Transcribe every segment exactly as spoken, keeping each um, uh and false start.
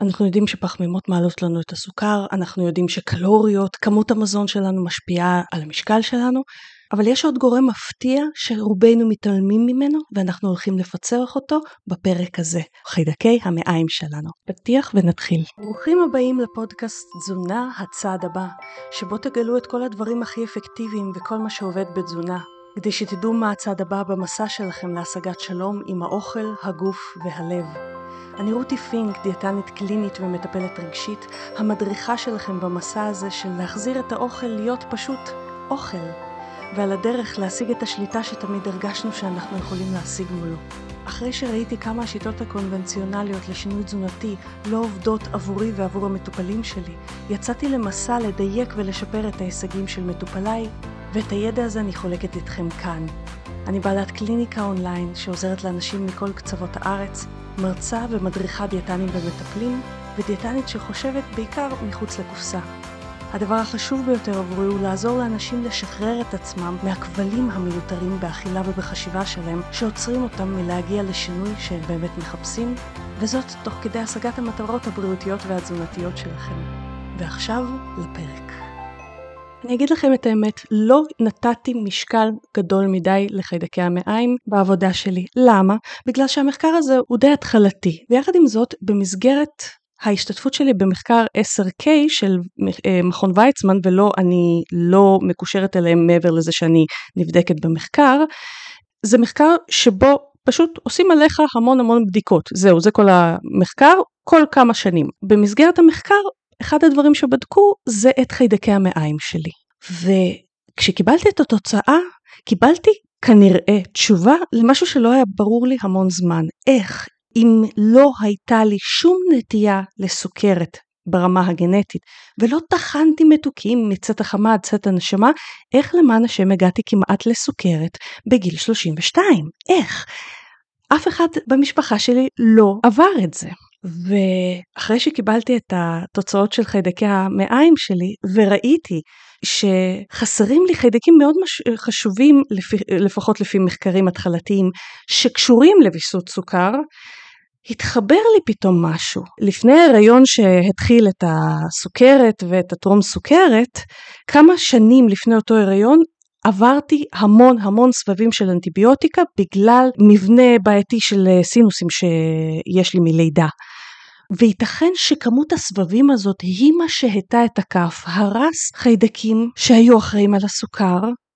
אנחנו יודעים שפחמימות מעלות לנו את הסוכר, אנחנו יודעים שקלוריות, כמות המזון שלנו משפיעה על המשקל שלנו, אבל יש עוד גורם מפתיע שרובנו מתעלמים ממנו, ואנחנו הולכים לפצח אותו בפרק הזה, חיידקי המעיים שלנו. פתיח ונתחיל. ברוכים הבאים לפודקאסט תזונה הצעד הבא, שבו תגלו את כל הדברים הכי אפקטיביים וכל מה שעובד בתזונה, כדי שתדעו מה הצעד הבא במסע שלכם להשגת שלום עם האוכל, הגוף והלב. אני רותי פינק, דיאטנית קלינית ומטפלת רגשית, המדריכה שלכם במסע הזה של להחזיר את האוכל להיות פשוט אוכל, ועל הדרך להשיג את השליטה שתמיד הרגשנו שאנחנו יכולים להשיג מולו. אחרי שראיתי כמה השיטות הקונבנציונליות לשינוי תזונתי לא עובדות עבורי ועבור המטופלים שלי, יצאתי למסע לדייק ולשפר את ההישגים של מטופליי, ואת הידע הזה אני חולקת איתכם כאן. אני בעלת קליניקה אונליין שעוזרת לאנשים מכל קצוות הארץ, מרצה ומדריכה דיאטנים ומטפלים, ודיאטנית שחושבת בעיקר מחוץ לקופסה. הדבר החשוב ביותר עבורי הוא לעזור לאנשים לשחרר את עצמם מהכבלים המיותרים באכילה ובחשיבה שלהם, שעוצרים אותם מלהגיע לשינוי שהם באמת מחפשים, וזאת תוך כדי השגת המטרות הבריאותיות והתזונתיות שלכם. ועכשיו לפרק. אני אגיד לכם את האמת, לא נתתי משקל גדול מדי לחיידקי המעיים בעבודה שלי. למה? בגלל שהמחקר הזה הוא די התחלתי, ויחד עם זאת, במסגרת ההשתתפות שלי במחקר עשר קיי של מכון ויצמן, ולא, אני לא מקושרת אליהם מעבר לזה שאני נבדקת במחקר, זה מחקר שבו פשוט עושים עליך המון המון בדיקות. זהו, זה כל המחקר, כל כמה שנים. במסגרת המחקר, אחד הדברים שבדקו זה את חיידקי המעיים שלי. וכשקיבלתי את התוצאה, קיבלתי כנראה תשובה למשהו שלא היה ברור לי המון זמן. איך, אם לא הייתה לי שום נטייה לסוכרת ברמה הגנטית, ולא טחנתי מתוקים מצאת החמה עד צאת הנשמה, איך למען השם הגעתי כמעט לסוכרת בגיל שלושים ושתיים? איך? אף אחד במשפחה שלי לא עבר את זה. ואחרי שקיבלתי את התוצאות של חיידקי המעיים שלי, וראיתי שחסרים לי חיידקים מאוד חשובים, לפחות לפי מחקרים התחלתיים, שקשורים לוויסות סוכר, התחבר לי פתאום משהו. לפני ההיריון שהתחיל את הסוכרת ואת הטרום סוכרת, כמה שנים לפני אותו הריון, עברתי המון המון סבבים של אנטיביוטיקה בגלל מבנה בעייתי של סינוסים שיש לי מלידה. וייתכן שכמות הסבבים הזאת היא מה שהתה את הכף, הרס חיידקים שהיו אחראים על הסוכר,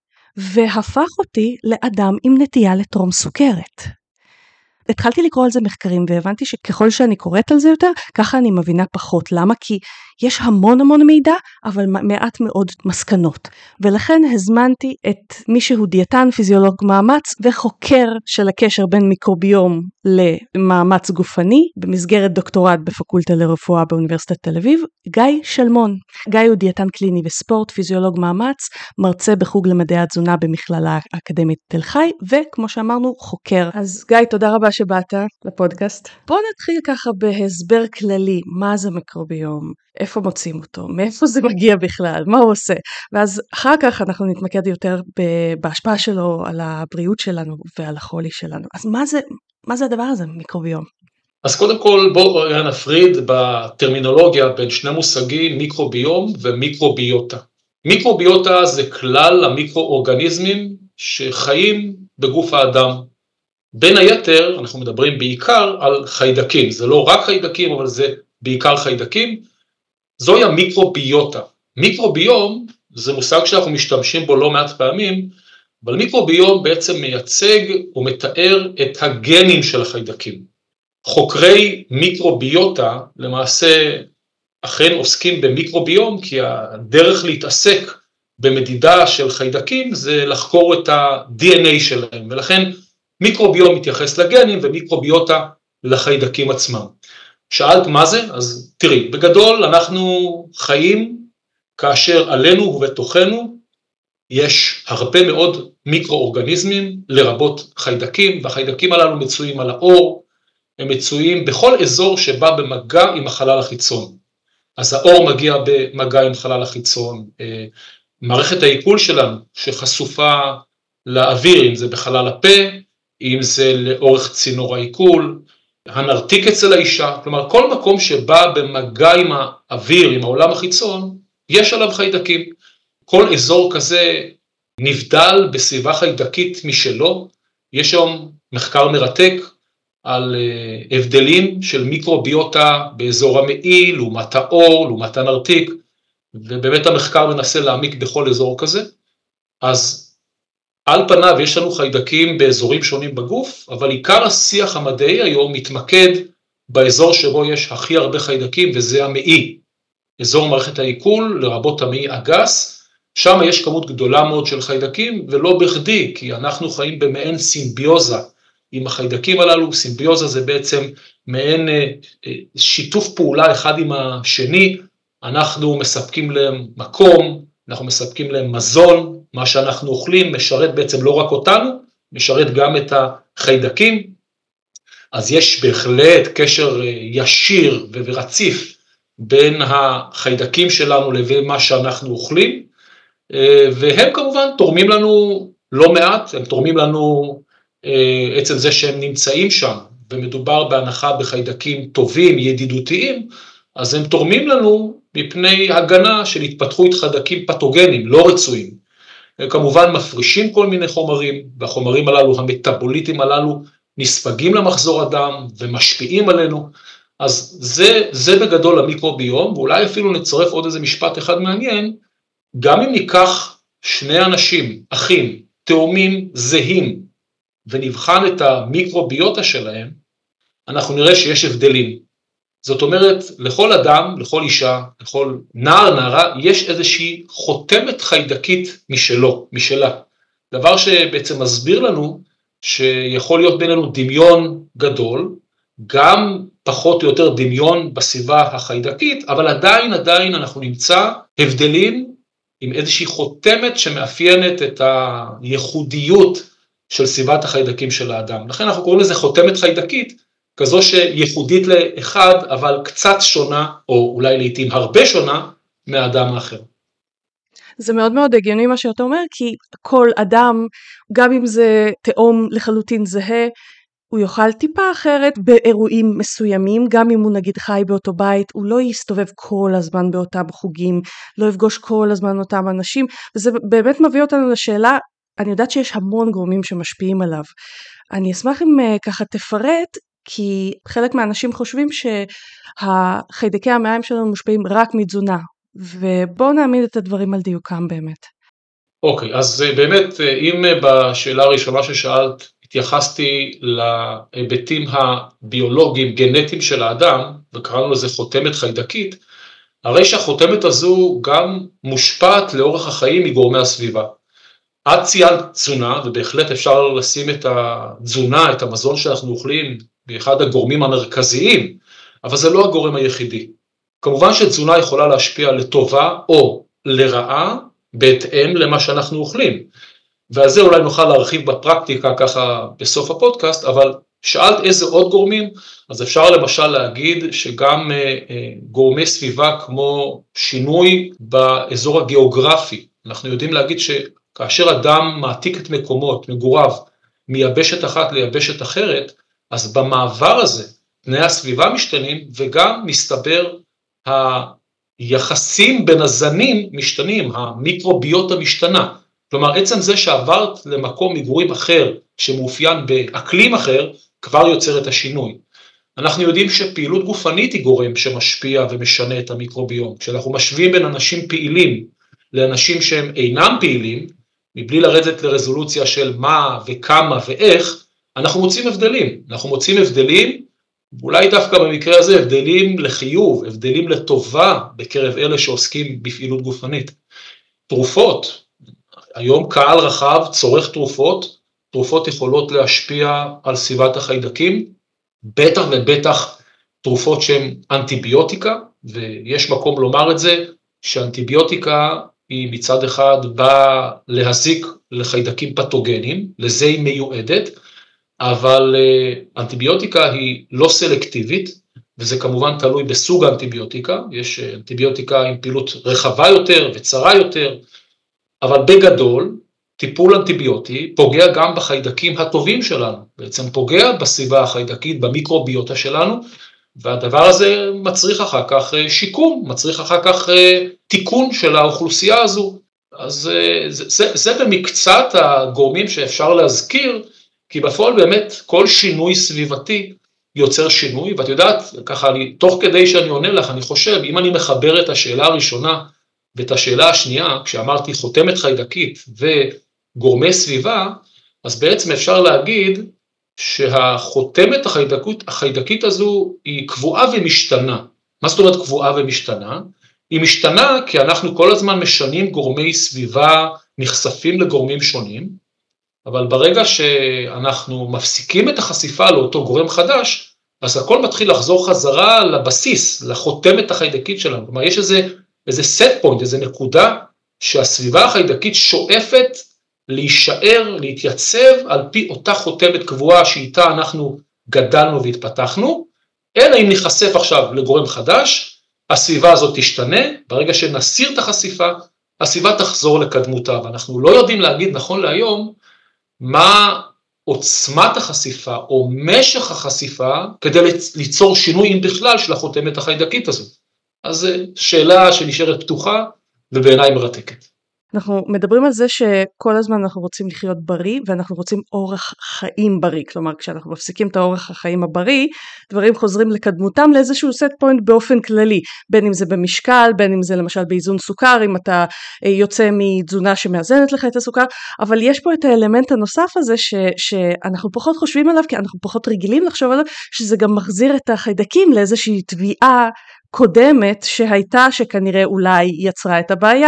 והפך אותי לאדם עם נטייה לטרום סוכרת. התחלתי לקרוא על זה מחקרים והבנתי שככל שאני קוראת על זה יותר, ככה אני מבינה פחות. למה? כי יש המון המון מידע, אבל מעט מאוד מסקנות. ולכן הזמנתי את מי שהוא דיאטן, פיזיולוג מאמץ, וחוקר של הקשר בין מיקרוביום למאמץ גופני, במסגרת דוקטורט בפקולטה לרפואה באוניברסיטת תל אביב, גיא שלמון. גיא הוא דיאטן קליני וספורט, פיזיולוג מאמץ, מרצה בחוג למדעי התזונה במכללה האקדמית תל חי, וכמו שאמרנו, חוקר. אז גיא, תודה רבה שבאת לפודקאסט. בוא נתחיל ככה בהסבר כללי, מה זה מיקרוביום, איפה מוצאים אותו, מאיפה זה מגיע בכלל, מה הוא עושה, ואז אחר כך אנחנו נתמקד יותר בהשפעה שלו על הבריאות שלנו ועל החולי שלנו. אז מה זה, מה זה הדבר הזה, מיקרוביום? אז קודם כל בואו נפריד בטרמינולוגיה בין שני מושגים, מיקרוביום ומיקרוביוטה. מיקרוביוטה זה כלל המיקרואורגניזמים שחיים בגוף האדם. בין היתר אנחנו מדברים בעיקר על חיידקים, זה לא רק חיידקים אבל זה בעיקר חיידקים, זוהי המיקרוביוטה. מיקרוביום זה מושג שאנחנו משתמשים בו לא מעט פעמים, אבל מיקרוביום בעצם מייצג ומתאר את הגנים של החיידקים. חוקרי מיקרוביוטה למעשה אכן עוסקים במיקרוביום, כי הדרך להתעסק במדידה של חיידקים זה לחקור את ה-די אן איי שלהם, ולכן מיקרוביום מתייחס לגנים ומיקרוביוטה לחיידקים עצמם. שאלת מה זה? אז תראי, בגדול אנחנו חיים כאשר עלינו ובתוכנו יש הרבה מאוד מיקרואורגניזמים, לרבות חיידקים, והחיידקים הללו מצויים על האור, הם מצויים בכל אזור שבא במגע עם החלל החיצון. אז האור מגיע במגע עם חלל החיצון, מערכת העיכול שלנו שחשופה לאוויר, אם זה בחלל הפה, אם זה לאורך צינור העיכול, הנרתיק אצל האישה, כלומר כל מקום שבא במגע עם האוויר, עם העולם החיצון, יש עליו חיידקים. כל אזור כזה נבדל בסביבה חיידקית משלו, יש היום מחקר מרתק על הבדלים של מיקרוביוטה באזור המעי, לעומת האור, לעומת הנרתיק, ובאמת המחקר מנסה להעמיק בכל אזור כזה. אז על פניו יש לנו חיידקים באזורים שונים בגוף, אבל עיקר השיח המדעי היום מתמקד באזור שבו יש הכי הרבה חיידקים, וזה המעי. אזור מערכת העיכול, לרבות המעי הגס, שם יש כמות גדולה מאוד של חיידקים, ולא בכדי, כי אנחנו חיים במעין סימביוזה עם החיידקים הללו. סימביוזה זה בעצם מעין שיתוף פעולה אחד עם השני, אנחנו מספקים להם מקום, אנחנו מספקים להם מזון, מה שאנחנו אוכלים משרת בעצם לא רק אותנו, משרת גם את החיידקים, אז יש בהחלט קשר ישיר ורציף בין החיידקים שלנו לבין מה שאנחנו אוכלים, והם כמובן תורמים לנו לא מעט, הם תורמים לנו עצם זה שהם נמצאים שם, ומדובר בהנחה בחיידקים טובים, ידידותיים, אז הם תורמים לנו מפני הגנה של התפתחות חיידקים פתוגנים, לא רצויים. הם כמובן מפרישים כל מיני חומרים, והחומרים הללו, המטאבוליטים הללו, נספגים למחזור הדם ומשפיעים עלינו, אז זה, זה בגדול המיקרוביום, ואולי אפילו נצרף עוד איזה משפט אחד מעניין, גם אם ניקח שני אנשים, אחים, תאומים זהים, ונבחן את המיקרוביוטה שלהם, אנחנו נראה שיש הבדלים. זאת אומרת, לכל אדם, לכל אישה, לכל נער, נערה, יש איזושהי חותמת חיידקית משלו, משלה. דבר שבעצם מסביר לנו שיכול להיות בינינו דמיון גדול, גם פחות או יותר דמיון בסביבה החיידקית, אבל עדיין, עדיין אנחנו נמצא הבדלים עם איזושהי חותמת שמאפיינת את הייחודיות של סביבת החיידקים של האדם. לכן אנחנו קוראים לזה חותמת חיידקית, כזו שייחודית לאחד, אבל קצת שונה, או אולי לעתים הרבה שונה, מהאדם האחר. זה מאוד מאוד הגיוני מה שאתה אומר, כי כל אדם, גם אם זה תאום לחלוטין זהה, הוא יאכל טיפה אחרת באירועים מסוימים, גם אם הוא נגיד חי באותו בית, הוא לא יסתובב כל הזמן באותם חוגים, לא יפגוש כל הזמן אותם אנשים, וזה באמת מביא אותנו לשאלה, אני יודעת שיש המון גורמים שמשפיעים עליו. אני אשמח אם ככה תפרט, כי חלק מהאנשים חושבים שהחיידקי המעיים שלנו מושפעים רק מתזונה, ובואו נעמיד את הדברים על דיוקם באמת. אוקיי, okay, אז באמת, אם בשאלה הראשונה ששאלת, התייחסתי להיבטים הביולוגיים, גנטיים של האדם, וקראנו לזה חותמת חיידקית, הרי שהחותמת הזו גם מושפעת לאורך החיים מגורמי הסביבה. את ציינת תזונה, ובהחלט אפשר לשים את התזונה, את המזון שאנחנו אוכלים, באחד הגורמים המרכזיים, אבל זה לא הגורם היחידי. כמובן שתזונה יכולה להשפיע לטובה או לרעה, בהתאם למה שאנחנו אוכלים. ועל זה אולי נוכל להרחיב בפרקטיקה ככה בסוף הפודקאסט, אבל שאלת איזה עוד גורמים, אז אפשר למשל להגיד שגם גורמי סביבה כמו שינוי באזור הגיאוגרפי, אנחנו יודעים להגיד שכאשר אדם מעתיק את מקומות, מגוריו, מיבשת אחת ליבשת אחרת, אז במעבר הזה תנאי הסביבה משתנים, וגם מסתבר היחסים בין הזנים משתנים, המיקרוביוטה משתנה. כלומר, עצם זה שעברת למקום מגורים אחר, שמאופיין באקלים אחר, כבר יוצר את השינוי. אנחנו יודעים שפעילות גופנית היא גורם שמשפיע ומשנה את המיקרוביום. כשאנחנו משווים בין אנשים פעילים לאנשים שהם אינם פעילים, מבלי לרדת לרזולוציה של מה וכמה ואיך, אנחנו מוצאים הבדלים. אנחנו מוצאים הבדלים, ואולי דווקא במקרה הזה, הבדלים לחיוב, הבדלים לטובה בקרב אלה שעוסקים בפעילות גופנית. תרופות, היום קהל רחב צורך תרופות, תרופות יכולות להשפיע על סביבת החיידקים, בטח ובטח תרופות שהן אנטיביוטיקה, ויש מקום לומר את זה, שאנטיביוטיקה היא מצד אחד באה להזיק לחיידקים פתוגנים, לזה היא מיועדת, אבל אנטיביוטיקה היא לא סלקטיבית, וזה כמובן תלוי בסוג האנטיביוטיקה, יש אנטיביוטיקה עם פעילות רחבה יותר וצרה יותר, אבל בגדול, טיפול אנטיביוטי פוגע גם בחיידקים הטובים שלנו, בעצם פוגע בסביבה החיידקית, במיקרוביוטה שלנו, והדבר הזה מצריך אחר כך שיקום, מצריך אחר כך תיקון של האוכלוסייה הזו. אז זה, זה, זה במקצת הגורמים שאפשר להזכיר, כי בפועל באמת כל שינוי סביבתי יוצר שינוי, ואת יודעת, ככה אני, תוך כדי שאני עונה לך, אני חושב, אם אני מחבר את השאלה הראשונה ואת השאלה השנייה, כשאמרתי חותמת חיידקית וגורמי סביבה, אז בעצם אפשר להגיד שהחותמת החיידקית, החיידקית הזו היא קבועה ומשתנה. מה זאת אומרת קבועה ומשתנה? היא משתנה כי אנחנו כל הזמן משנים גורמי סביבה, נחשפים לגורמים שונים, אבל ברגע שאנחנו מפסיקים את החשיפה לאותו גורם חדש, אז הכל מתחיל לחזור חזרה לבסיס, לחותמת החיידקית שלנו. כלומר, יש איזה, איזה set point, איזה נקודה שהסביבה החיידקית שואפת להישאר, להתייצב על פי אותה חותמת קבועה שאיתה אנחנו גדלנו והתפתחנו, אלא אם נחשף עכשיו לגורם חדש, הסביבה הזאת תשתנה, ברגע שנסיר את החשיפה, הסביבה תחזור לקדמותה, ואנחנו לא יודעים להגיד נכון להיום, מה עוצמת החשיפה או משך החשיפה, כדי ליצור שינוי אם בכלל של החותמת החיידקית הזאת. אז זו שאלה שנשארת פתוחה, ובעיניי מרתקת. אנחנו מדברים על זה שכל הזמן אנחנו רוצים לחיות בריא, ואנחנו רוצים אורח חיים בריא, כלומר כשאנחנו מפסיקים את האורח החיים הבריא, דברים חוזרים לקדמותם לאיזשהו set point באופן כללי, בין אם זה במשקל, בין אם זה למשל באיזון סוכר, אם אתה יוצא מתזונה שמאזנת לך את הסוכר, אבל יש פה את האלמנט הנוסף הזה, ש, שאנחנו פחות חושבים עליו, כי אנחנו פחות רגילים לחשוב עליו, שזה גם מחזיר את החיידקים לאיזושהי תביעה, קודמת שהייתה שכנראה אולי יצרה את הבעיה,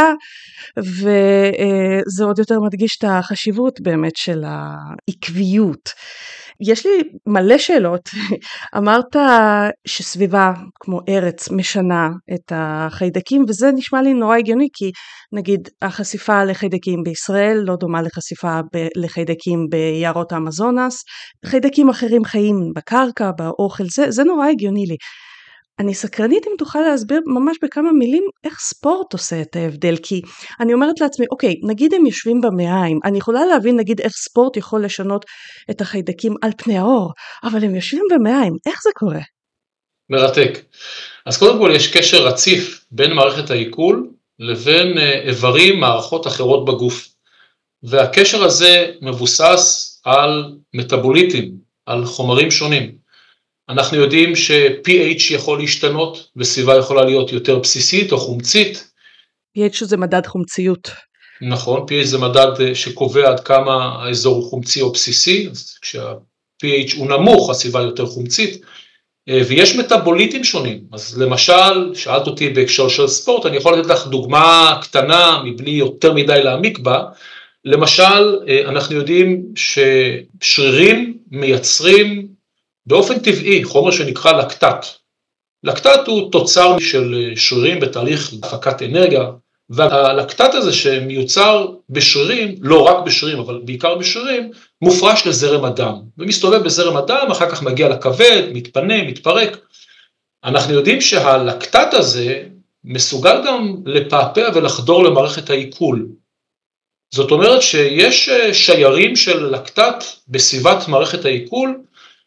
וזה עוד יותר מדגיש את החשיבות באמת של העקביות. יש לי מלא שאלות. אמרת שסביבה כמו ארץ משנה את החיידקים, וזה נשמע לי נורא הגיוני, כי נגיד החשיפה לחיידקים בישראל לא דומה לחשיפה ב- לחיידקים ביערות האמזונס, חיידקים אחרים חיים בקרקע, באוכל, זה, זה נורא הגיוני לי. אני סקרנית אם תוכל להסביר ממש בכמה מילים איך ספורט עושה את ההבדל, כי אני אומרת לעצמי, אוקיי, נגיד הם יושבים במעיים, אני יכולה להבין נגיד איך ספורט יכול לשנות את החיידקים על פני האור, אבל הם יושבים במעיים, איך זה קורה? מרתק. אז קודם כל יש קשר רציף בין מערכת העיכול לבין איברים, מערכות אחרות בגוף, והקשר הזה מבוסס על מטאבוליטים, על חומרים שונים. אנחנו יודעים ש-פי אייץ' יכול להשתנות, וסביבה יכולה להיות יותר בסיסית או חומצית. פי אייץ' זה מדד חומציות. נכון, פי אייץ' זה מדד שקובע עד כמה האזור הוא חומצי או בסיסי, אז כשה-פי אייץ' הוא נמוך, הסביבה יותר חומצית, ויש מטאבוליטים שונים. אז למשל, שאלת אותי בהקשר של ספורט, אני יכול לתת לך דוגמה קטנה, מבלי יותר מדי להעמיק בה. למשל, אנחנו יודעים ששרירים מייצרים באופן טבעי חומר שנקרא לקטט. לקטט הוא תוצר של שרירים בתהליך הפקת אנרגיה, והלקטט הזה שמיוצר בשרירים, לא רק בשרירים, אבל בעיקר בשרירים, מופרש לזרם הדם, ומסתובב בזרם הדם, אחר כך מגיע לכבד, מתפנה, מתפרק. אנחנו יודעים שהלקטט הזה מסוגל גם לפעפע ולחדור למערכת העיכול. זאת אומרת שיש שיירים של לקטט בסביבת מערכת העיכול,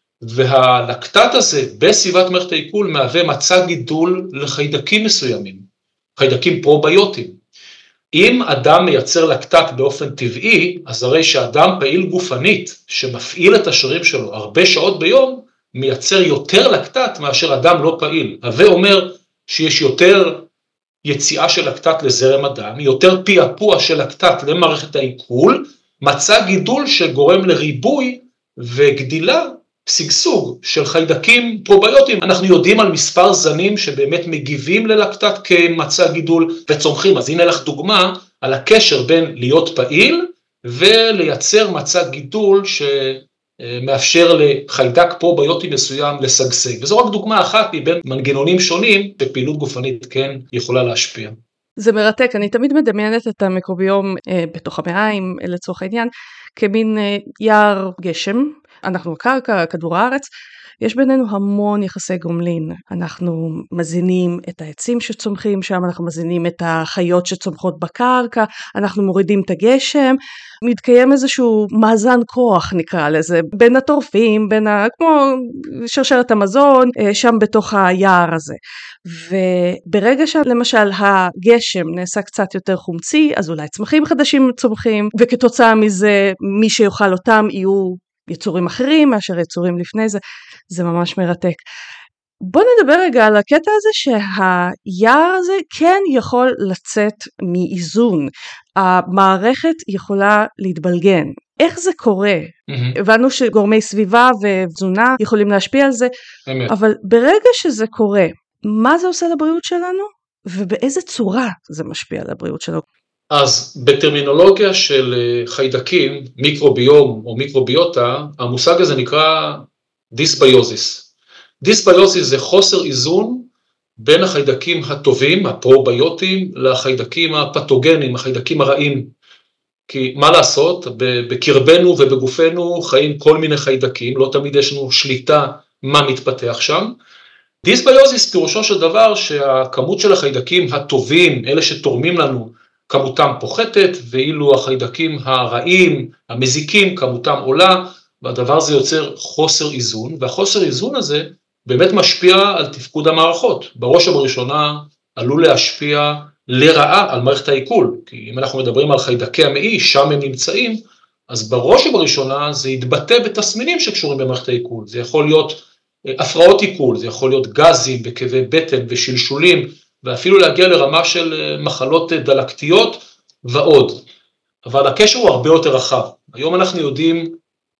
והלקטט הזה בסביבת מערכת העיכול מהווה מצע גידול לחיידקים מסוימים, חיידקים פרוביוטיים. אם אדם מייצר לקטט באופן טבעי, אז הרי שאדם פעיל גופנית שמפעיל את השרירים שלו הרבה שעות ביום, מייצר יותר לקטט מאשר אדם לא פעיל. הווה אומר שיש יותר יציאה של לקטט לזרם הדם, יותר פעפוע של לקטט למערכת העיכול, מצע גידול שגורם לריבוי וגדילה, סגסוג של חיידקים פרוביוטיים. אנחנו יודעים על מספר זנים שבאמת מגיבים ללקטט כמצע גידול וצומחים. אז הנה לך דוגמה על הקשר בין להיות פעיל ולייצר מצע גידול שמאפשר לחיידק פרוביוטי מסוים לשגשג. וזו רק דוגמה אחת מבין מנגנונים שונים שפעילות גופנית כן יכולה להשפיע. זה מרתק, אני תמיד מדמיינת את המיקרוביום אה, בתוך המעיים לצורך העניין, כמין אה, יער גשם, אנחנו הקרקע, כדור הארץ, יש בינינו המון יחסי גומלין, אנחנו מזינים את העצים שצומחים שם, אנחנו מזינים את החיות שצומחות בקרקע, אנחנו מורידים את הגשם, מתקיים איזשהו מאזן כוח נקרא לזה, בין הטורפים, בין ה... כמו שרשרת המזון, שם בתוך היער הזה. וברגע שלמשל הגשם נעשה קצת יותר חומצי, אז אולי צמחים חדשים צומחים, וכתוצאה מזה מי שיאכל אותם יהיו יצורים אחרים מאשר יצורים לפני זה, זה ממש מרתק. בוא נדבר רגע על הקטע הזה שהיער הזה כן יכול לצאת מאיזון, המערכת יכולה להתבלגן. איך זה קורה? Mm-hmm. הבנו שגורמי סביבה ותזונה יכולים להשפיע על זה, באמת. אבל ברגע שזה קורה, מה זה עושה לבריאות שלנו? ובאיזה צורה זה משפיע על הבריאות שלנו? אז בטרמינולוגיה של חיידקים, מיקרוביום או מיקרוביוטה, המושג הזה נקרא דיסביוזיס. דיסביוזיס זה חוסר איזון בין החיידקים הטובים, הפרוביוטיים, לחיידקים הפתוגנים, החיידקים הרעים. כי מה לעשות, בקרבנו ובגופנו חיים כל מיני חיידקים, לא תמיד יש לנו שליטה מה מתפתח שם. דיסביוזיס פירושו של דבר שהכמות של החיידקים הטובים, אלה שתורמים לנו, כמותם פוחתת, ואילו החיידקים הרעים, המזיקים, כמותם עולה, והדבר הזה יוצר חוסר איזון, והחוסר איזון הזה באמת משפיע על תפקוד המערכות. בראש ובראשונה עלול להשפיע לרעה על מערכת העיכול, כי אם אנחנו מדברים על חיידקי המעי, שם הם נמצאים, אז בראש ובראשונה זה יתבטא בתסמינים שקשורים במערכת העיכול. זה יכול להיות הפרעות עיכול, זה יכול להיות גזים וכאבי בטן ושלשולים, ואפילו להגיע לרמה של מחלות דלקתיות ועוד. אבל הקשר הוא הרבה יותר רחב. היום אנחנו יודעים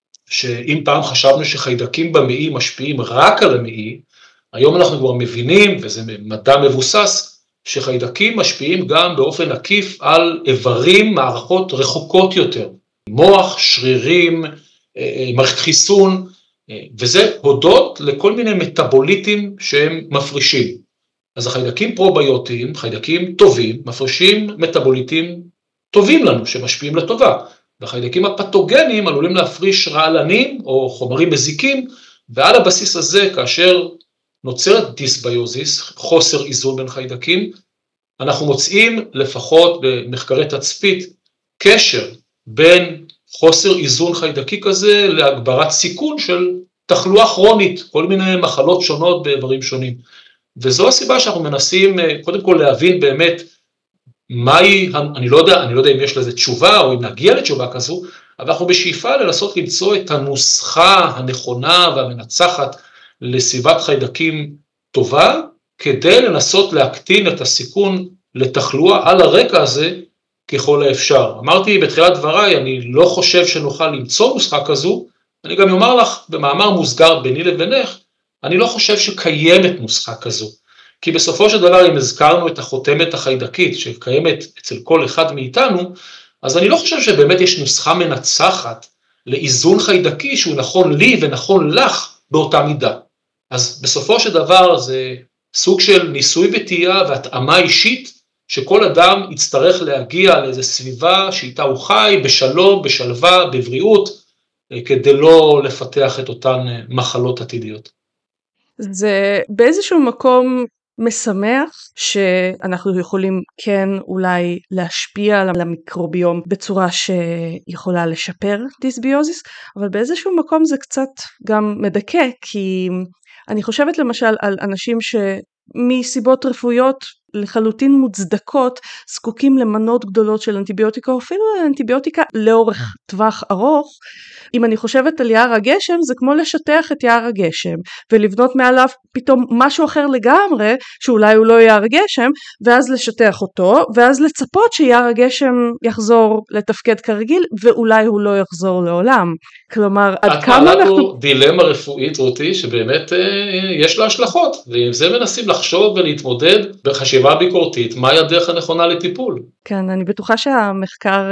שאם פעם חשבנו שחיידקים במעי משפיעים רק על המעי, היום אנחנו כבר מבינים, וזה מדע מבוסס, שחיידקים משפיעים גם באופן עקיף על איברים, מערכות רחוקות יותר. מוח, שרירים, מערכת חיסון, וזה הודות לכל מיני מטאבוליטים שהם מפרישים. אז החיידקים פרוביוטיים, חיידקים טובים, מפרישים מטאבוליטים טובים לנו, שמשפיעים לטובה. והחיידקים הפתוגנים עלולים להפריש רעלנים או חומרים מזיקים, ועל הבסיס הזה, כאשר נוצרת דיסביוזיס, חוסר איזון בין חיידקים, אנחנו מוצאים לפחות במחקרי תצפית קשר בין חוסר איזון חיידקי כזה להגברת סיכון של תחלואה כרונית, כל מיני מחלות שונות באיברים שונים. וזו הסיבה שאנחנו מנסים קודם כל להבין באמת מהי, אני לא יודע, אני לא יודע אם יש לזה תשובה או אם נגיע לתשובה כזו, אבל אנחנו בשאיפה לנסות למצוא את הנוסחה הנכונה והמנצחת לסביבת חיידקים טובה, כדי לנסות להקטין את הסיכון לתחלואה על הרקע הזה ככל האפשר. אמרתי בתחילת דבריי, אני לא חושב שנוכל למצוא נוסחה כזו, אני גם אומר לך במאמר מוסגר ביני לבינך, אני לא חושב שקיימת נוסחה כזו, כי בסופו של דבר אם הזכרנו את החותמת החיידקית שקיימת אצל כל אחד מאיתנו, אז אני לא חושב שבאמת יש נוסחה מנצחת לאיזון חיידקי שהוא נכון לי ונכון לך באותה מידה. אז בסופו של דבר זה סוג של ניסוי וטעייה והתאמה אישית, שכל אדם יצטרך להגיע לאיזו סביבה שאיתה הוא חי בשלום, בשלווה, בבריאות, כדי לא לפתח את אותן מחלות עתידיות. זה באיזשהו מקום משמח שאנחנו יכולים כן אולי להשפיע על המיקרוביום בצורה שיכולה לשפר דיסביוזיס, אבל באיזשהו מקום זה קצת גם מדכא, כי אני חושבת למשל על אנשים שמסיבות רפואיות לחלוטין מוצדקות זקוקים למנות גדולות של אנטיביוטיקה, או אפילו אנטיביוטיקה לאורך טווח ארוך. אם אני חושבת על יער הגשם, זה כמו לשטח את יער הגשם, ולבנות מעליו פתאום משהו אחר לגמרי, שאולי הוא לא יער הגשם, ואז לשטח אותו, ואז לצפות שיער הגשם יחזור לתפקד כרגיל, ואולי הוא לא יחזור לעולם. כלומר, עד כמה אנחנו... את דילמה רפואית, רותי, שבאמת יש לה השלכות, ועם זה מנסים לחשוב ולהתמודד בחשיבה ביקורתית, מהי הדרך הנכונה לטיפול. כן, אני בטוחה שהמחקר...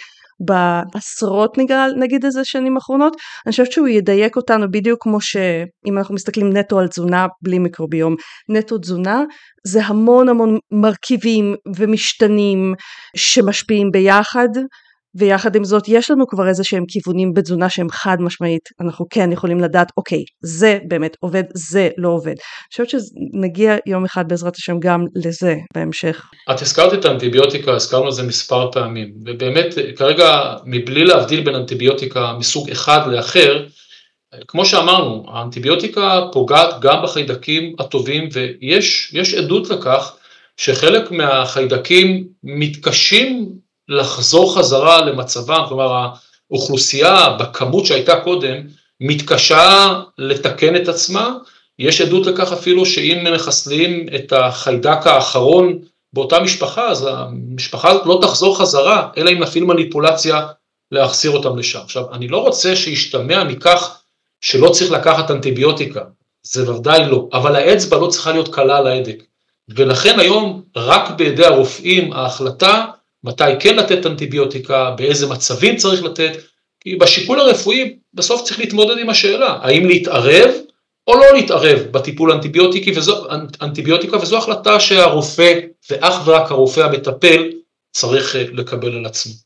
בעשרות נגיד איזה שנים האחרונות, אני חושבת שהוא ידייק אותנו בדיוק כמו שאם אנחנו מסתכלים נטו על תזונה בלי מיקרוביום, נטו תזונה זה המון המון מרכיבים ומשתנים שמשפיעים ביחד ויחד עם זאת יש לנו כבר איזה שהם כיוונים בתזונה שהם חד משמעית, אנחנו כן יכולים לדעת, אוקיי, זה באמת עובד, זה לא עובד. אני חושבת שנגיע יום אחד בעזרת השם גם לזה בהמשך. את הזכרת את האנטיביוטיקה, הזכרנו את זה מספר פעמים, ובאמת כרגע מבלי להבדיל בין אנטיביוטיקה מסוג אחד לאחר, כמו שאמרנו, האנטיביוטיקה פוגעת גם בחיידקים הטובים, ויש יש עדות לכך שחלק מהחיידקים מתקשים לחזור חזרה למצבם, כלומר האוכלוסייה בכמות שהייתה קודם מתקשה לתקן את עצמה, יש עדות לכך אפילו שאם מחסלים את החיידק האחרון באותה משפחה, אז המשפחה הזאת לא תחזור חזרה, אלא אם נפעיל מניפולציה להחזיר אותם לשם. עכשיו, אני לא רוצה שישתמע מכך שלא צריך לקחת אנטיביוטיקה, זה ודאי לא, אבל האצבע לא צריכה להיות קלה על ההדק, ולכן היום רק בידי הרופאים ההחלטה מתי כן לתת אנטיביוטיקה, באיזה מצבים צריך לתת, כי בשיקול הרפואי בסוף צריך להתמודד עם השאלה, האם להתערב או לא להתערב בטיפול אנטיביוטיקי, וזו, אנטיביוטיקה, וזו החלטה שהרופא ואך ורק הרופא המטפל צריך לקבל על עצמו.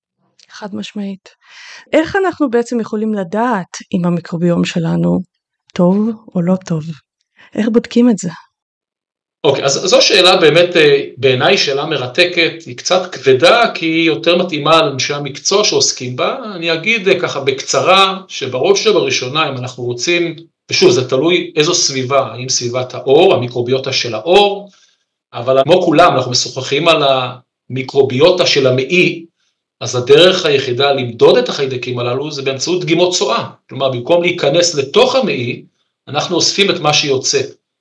חד משמעית. איך אנחנו בעצם יכולים לדעת אם המיקרוביום שלנו טוב או לא טוב? איך בודקים את זה? אוקיי, אז זו שאלה באמת בעיניי שאלה מרתקת, היא קצת כבדה כי היא יותר מתאימה לאנשי המקצוע שעוסקים בה. אני אגיד ככה בקצרה שבראש שבראשונה אם אנחנו רוצים, ושוב זה תלוי איזו סביבה, האם סביבת האור, המיקרוביוטה של האור, אבל כמו כולם אנחנו משוחחים על המיקרוביוטה של המעי, אז הדרך היחידה למדוד את החיידקים הללו זה באמצעות דגימות צואה, כלומר במקום להיכנס לתוך המעי, אנחנו אוספים את מה שיוצא,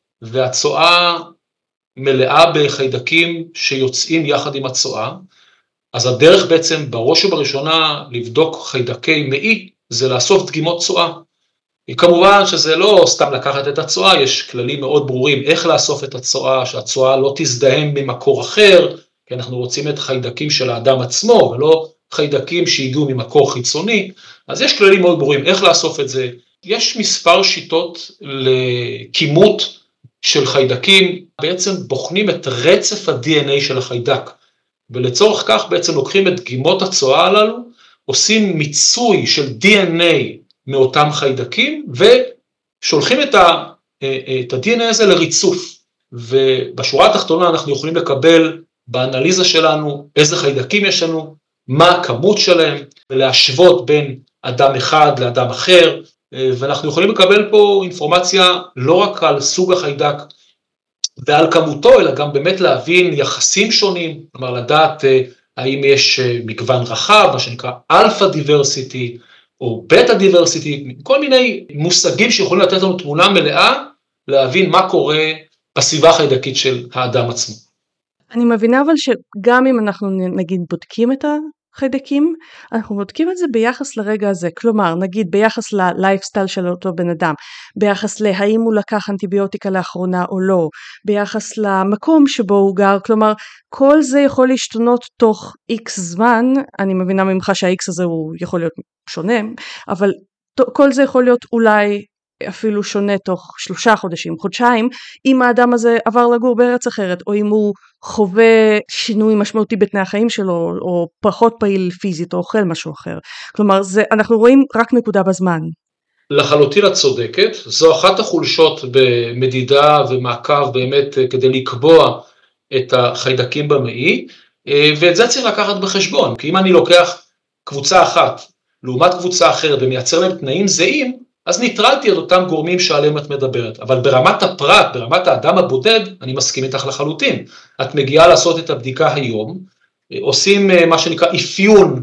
והצואה מלאה בחיידקים שיוצאים יחד עם הצואה, אז הדרך בעצם בראש ובראשונה לבדוק חיידקי מעי, זה לאסוף דגימות צואה. כמובן שזה לא סתם לקחת את הצואה, יש כללים מאוד ברורים איך לאסוף את הצואה, שהצואה לא תזדהם ממקור אחר, כי אנחנו רוצים את חיידקים של האדם עצמו, ולא חיידקים שהגיעו ממקור חיצוני, אז יש כללים מאוד ברורים איך לאסוף את זה. יש מספר שיטות לכימות של חיידקים, בעצם בוחנים את רצף ה-די אן איי של החיידק, ולצורך כך בעצם לוקחים את דגימות הצואה הללו, עושים מיצוי של די אן איי מאותם חיידקים, ושולחים את ה-די אן איי הזה לריצוף, ובשורה התחתונה אנחנו יכולים לקבל באנליזה שלנו איזה חיידקים יש לנו, מה הכמות שלהם, ולהשוות בין אדם אחד לאדם אחר, ואנחנו יכולים לקבל פה אינפורמציה לא רק על סוג החיידק ועל כמותו, אלא גם באמת להבין יחסים שונים, כלומר לדעת האם יש מגוון רחב, מה שנקרא אלפא דיברסיטי, או בטא דיברסיטי, כל מיני מושגים שיכולים לתת לנו תמונה מלאה, להבין מה קורה בסביבה החיידקית של האדם עצמו. אני מבינה אבל שגם אם אנחנו נגיד בודקים את החיידקים, אנחנו בודקים את זה ביחס לרגע הזה, כלומר נגיד ביחס ללייפסטייל של אותו בן אדם, ביחס להאם הוא לקח אנטיביוטיקה לאחרונה או לא, ביחס למקום שבו הוא גר, כלומר כל זה יכול להשתנות תוך איקס זמן, אני מבינה ממך שהאיקס הזה הוא יכול להיות שונה, אבל כל זה יכול להיות אולי אפילו שונה תוך שלושה חודשים, חודשיים, אם האדם הזה עבר לגור בארץ אחרת, או אם הוא חווה שינוי משמעותי בתנאי החיים שלו, או פחות פעיל פיזית, או אוכל משהו אחר. כלומר, זה, אנחנו רואים רק נקודה בזמן. לחלוטין את צודקת, זו אחת החולשות במדידה ומעקב באמת כדי לקבוע את החיידקים במעי, ואת זה צריך לקחת בחשבון, כי אם אני לוקח קבוצה אחת, לעומת קבוצה אחרת, ומייצר להם תנאים זהים, אז ניטרלתי את אותם גורמים שעליהם את מדברת, אבל ברמת הפרט, ברמת האדם הבודד, אני מסכים איתך לחלוטין. את מגיעה לעשות את הבדיקה היום, עושים מה שנקרא אפיון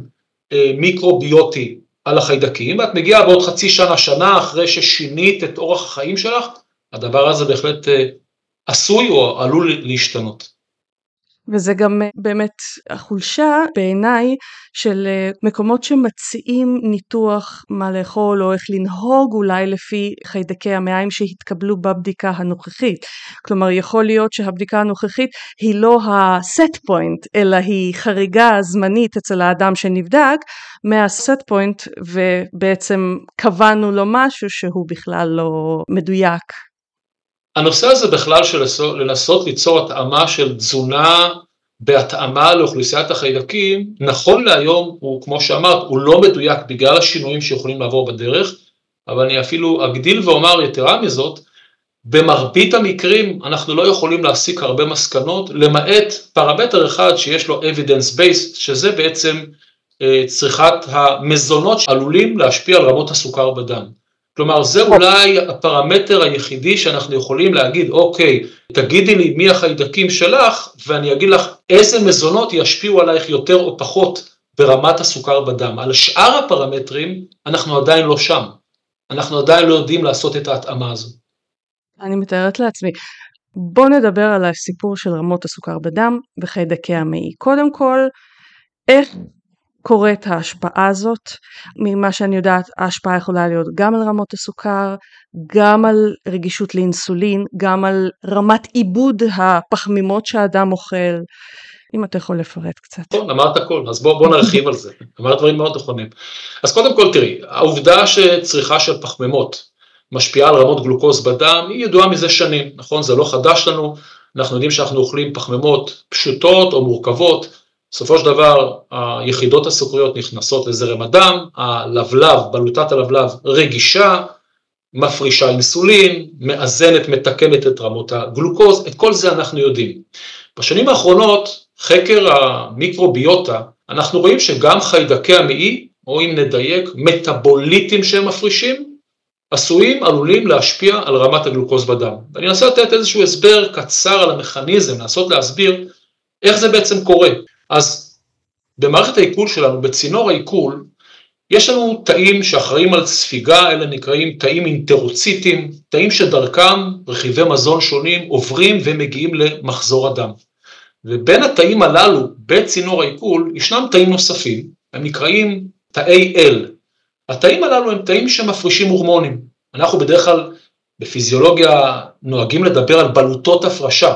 מיקרוביוטי על החיידקים, ואת מגיעה בעוד חצי שנה, שנה אחרי ששינית את אורח החיים שלך, הדבר הזה בהחלט עשוי או עלול להשתנות. וזה גם באמת החולשה בעיניי של מקומות שמציעים ניתוח מה לאכול או איך לנהוג אולי לפי חיידקי המעיים שהתקבלו בבדיקה הנוכחית. כלומר יכול להיות שהבדיקה הנוכחית היא לא ה-set point אלא היא חריגה זמנית אצל האדם שנבדק מה-set point ובעצם קבענו לו משהו שהוא בכלל לא מדויק. הנושא הזה בכלל של לנסות ליצור התאמה של תזונה בהתאמה לאוכלוסיית החיידקים, נכון להיום הוא, כמו שאמרת, הוא לא מדויק בגלל השינויים שיכולים לעבור בדרך, אבל אני אפילו אגדיל ואומר יתרה מזאת, במרבית המקרים אנחנו לא יכולים להסיק הרבה מסקנות, למעט פרמטר אחד שיש לו evidence based, שזה בעצם אה, צריכת המזונות שעלולים להשפיע על רמות הסוכר בדם. כלומר, זה אולי הפרמטר היחידי שאנחנו יכולים להגיד, אוקיי, תגידי לי מי החיידקים שלך, ואני אגיד לך איזה מזונות ישפיעו עלייך יותר או פחות ברמת הסוכר בדם. על שאר הפרמטרים אנחנו עדיין לא שם. אנחנו עדיין לא יודעים לעשות את ההתאמה הזו. אני מתארת לעצמי. בוא נדבר על הסיפור של רמות הסוכר בדם וחיידקי המעי. קודם כל, איך קורית ההשפעה הזאת? ממה שאני יודעת, ההשפעה יכולה להיות גם על רמות הסוכר, גם על רגישות לאינסולין, גם על רמת עיבוד הפחמימות שהאדם אוכל. אם אתה יכול לפרט קצת. טוב, אמרת הכל, אז בוא, בוא נרחיב על זה. אמרת דברים מאוד נכונים. אז קודם כל תראי, העובדה שצריכה של פחמימות משפיעה על רמות גלוקוז בדם, היא ידועה מזה שנים, נכון? זה לא חדש לנו, אנחנו יודעים שאנחנו אוכלים פחמימות פשוטות או מורכבות, בסופו של דבר היחידות הסוכריות נכנסות לזרם הדם, הלבלב, בלוטת הלבלב רגישה, מפרישה אינסולין, מאזנת, מתקנת את רמות הגלוקוז, את כל זה אנחנו יודעים. בשנים האחרונות, חקר המיקרוביוטה, אנחנו רואים שגם חיידקי המעי, או אם נדייק, מטאבוליטים שהם מפרישים, עשויים עלולים להשפיע על רמת הגלוקוז בדם. ואני אנסה לתת איזשהו הסבר קצר על המכניזם, לנסות להסביר איך זה בעצם קורה. אז במערכת העיכול שלנו, בצינור העיכול, יש לנו תאים שאחראים על ספיגה, אלה נקראים תאים אינטרוציטיים, תאים שדרכם רכיבי מזון שונים עוברים ומגיעים למחזור הדם. ובין התאים הללו, בצינור העיכול, ישנם תאים נוספים, הם נקראים תאי L. התאים הללו הם תאים שמפרישים הורמונים. אנחנו בדרך כלל בפיזיולוגיה נוהגים לדבר על בלוטות הפרשה.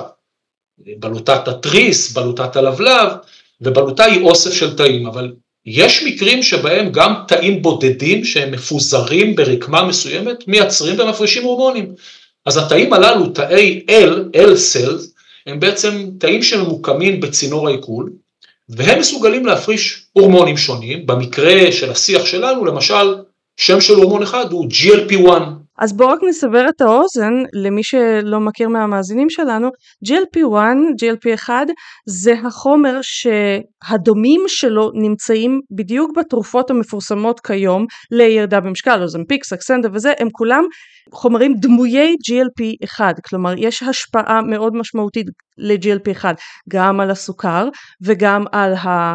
בלוטת התריס, בלוטת הלבלב, ובלוטה היא אוסף של תאים, אבל יש מקרים שבהם גם תאים בודדים שהם מפוזרים ברקמה מסוימת, מייצרים ומפרישים הורמונים. אז התאים הללו, תאי L, L cells, הם בעצם תאים שממוקמים בצינור העיכול, והם מסוגלים להפריש הורמונים שונים, במקרה של השיח שלנו, למשל, שם של הורמון אחד הוא ג'י אל פי אחת. אז בואו רק נסבר את האוזן, למי שלא מכיר מהמאזינים שלנו, ג'י אל פי אחת, ג'י אל פי אחת זה החומר שהדומים שלו נמצאים בדיוק בתרופות המפורסמות כיום לירידה במשקל, אוזמפיק, סקסנדה וזה, הם כולם חומרים דמויי ג'י אל פי אחת, כלומר יש השפעה מאוד משמעותית ל-ג'י אל פי אחת, גם על הסוכר וגם על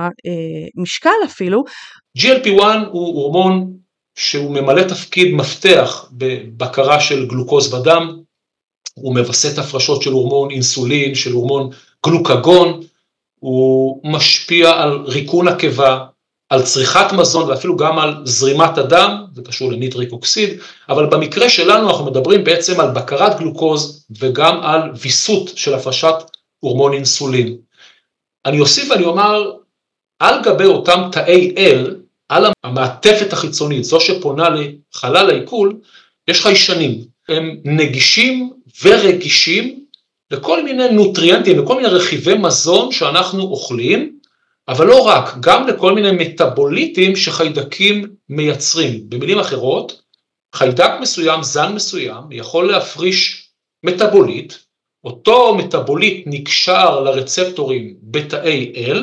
המשקל אפילו. ג'י אל פי אחת הוא הורמון שהוא ממלא תפקיד מפתח בבקרה של גלוקוז בדם, הוא מבסס הפרשות של הורמון אינסולין, של הורמון גלוקגון, הוא משפיע על ריקון הקיבה, על צריכת מזון ואפילו גם על זרימת הדם, זה קשור לניטריק אוקסיד, אבל במקרה שלנו אנחנו מדברים בעצם על בקרת גלוקוז וגם על ויסות של הפרשת הורמון אינסולין. אני אוסיף ואני אומר, על גבי אותם תאי L, על המעטפת החיצונית, זו שפונה לחלל העיכול, יש חיישנים. הם נגישים ורגישים לכל מיני נוטריאנטים, לכל מיני רכיבי מזון שאנחנו אוכלים, אבל לא רק, גם לכל מיני מטאבוליטים שחיידקים מייצרים. במילים אחרות, חיידק מסוים, זן מסוים, יכול להפריש מטאבוליט, אותו מטאבוליט נקשר לרצפטורים בתאי L,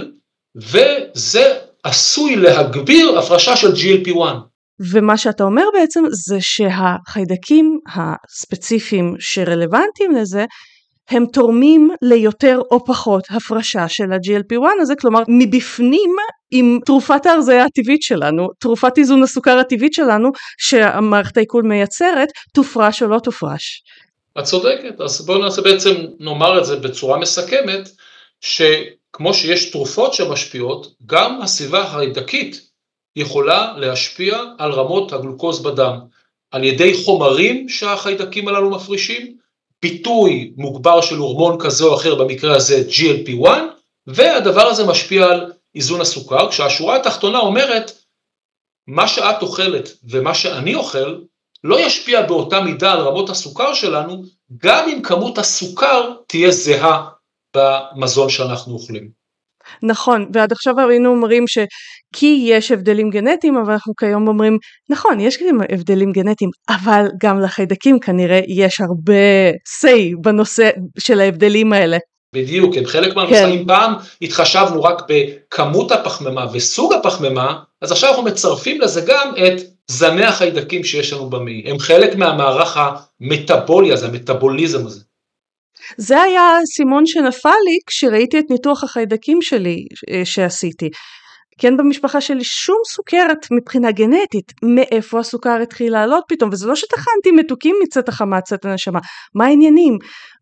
וזה עשוי להגביר הפרשה של ג'י אל פי אחת. ומה שאתה אומר בעצם זה שהחיידקים הספציפיים שרלוונטיים לזה, הם תורמים ליותר או פחות הפרשה של ה-ג'י אל פי אחת הזה, כלומר מבפנים עם תרופת ההרזיה הטבעית שלנו, תרופת איזון הסוכר הטבעית שלנו, שהמערכת העיכול מייצרת, תופרש או לא תופרש. את צודקת, אז בואו נעשה בעצם, נאמר את זה בצורה מסכמת, שכמו שיש תרופות שמשפיעות, גם הסביבה החיידקית יכולה להשפיע על רמות הגלוקוז בדם, על ידי חומרים שהחיידקים הללו מפרישים, פיתוי מוגבר של הורמון כזה או אחר, במקרה הזה ג'י אל פי אחת, והדבר הזה משפיע על איזון הסוכר, כשהשורה התחתונה אומרת, מה שאת אוכלת ומה שאני אוכל, לא ישפיע באותה מידה על רמות הסוכר שלנו, גם אם כמות הסוכר תהיה זהה במזון שאנחנו אוכלים. נכון, ועד עכשיו היינו אומרים שכי יש הבדלים גנטיים, אבל אנחנו כיום אומרים, נכון, יש גם הבדלים גנטיים, אבל גם לחיידקים כנראה יש הרבה say בנושא של ההבדלים האלה. בדיוק, הם חלק מהנושא, אם פעם התחשבנו רק בכמות הפחמימה וסוג הפחמימה, אז עכשיו אנחנו מצרפים לזה גם את זני החיידקים שיש לנו במעי, הם חלק מהמערך המטאבולי הזה, המטאבוליזם הזה. זה היה סימון שנפל לי כשראיתי את ניתוח החיידקים שלי שעשיתי. כן, במשפחה שלי שום סוכרת מבחינה גנטית, מאיפה הסוכר התחיל לעלות פתאום, וזה לא שטחנתי מתוקים מצאת החמה, צאת הנשמה, מה העניינים?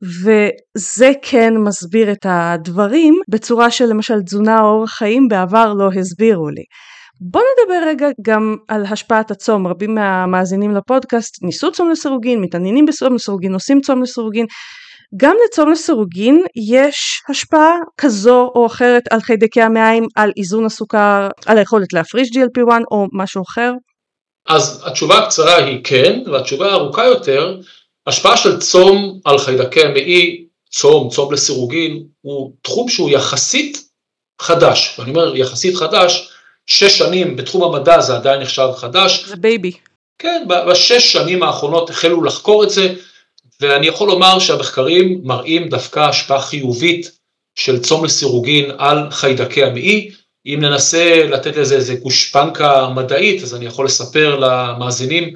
וזה כן מסביר את הדברים, בצורה של למשל תזונה או אורח חיים בעבר לא הסבירו לי. בוא נדבר רגע גם על השפעת הצום, רבים מהמאזינים לפודקאסט ניסו צום לסירוגין, מתעניינים בצום לסירוגין, עושים צום לסירוגין, גם לצום לסירוגין יש השפעה כזו או אחרת על חיידקי המעיים, על איזון הסוכר, על היכולת להפריש ג'י אל פי אחת או משהו אחר? אז התשובה הקצרה היא כן, והתשובה הארוכה יותר, השפעה של צום על חיידקי המעי, צום, צום לסירוגין, הוא תחום שהוא יחסית חדש, ואני אומר יחסית חדש, שש שנים בתחום המדע זה עדיין נחשב חדש. זה בייבי. כן, בשש שנים האחרונות החלו לחקור את זה, ואני יכול לומר שהמחקרים מראים דווקא השפעה חיובית של צום לסירוגין על חיידקי המעי. אם ננסה לתת לזה איזה גושפנקה מדעית, אז אני יכול לספר למאזינים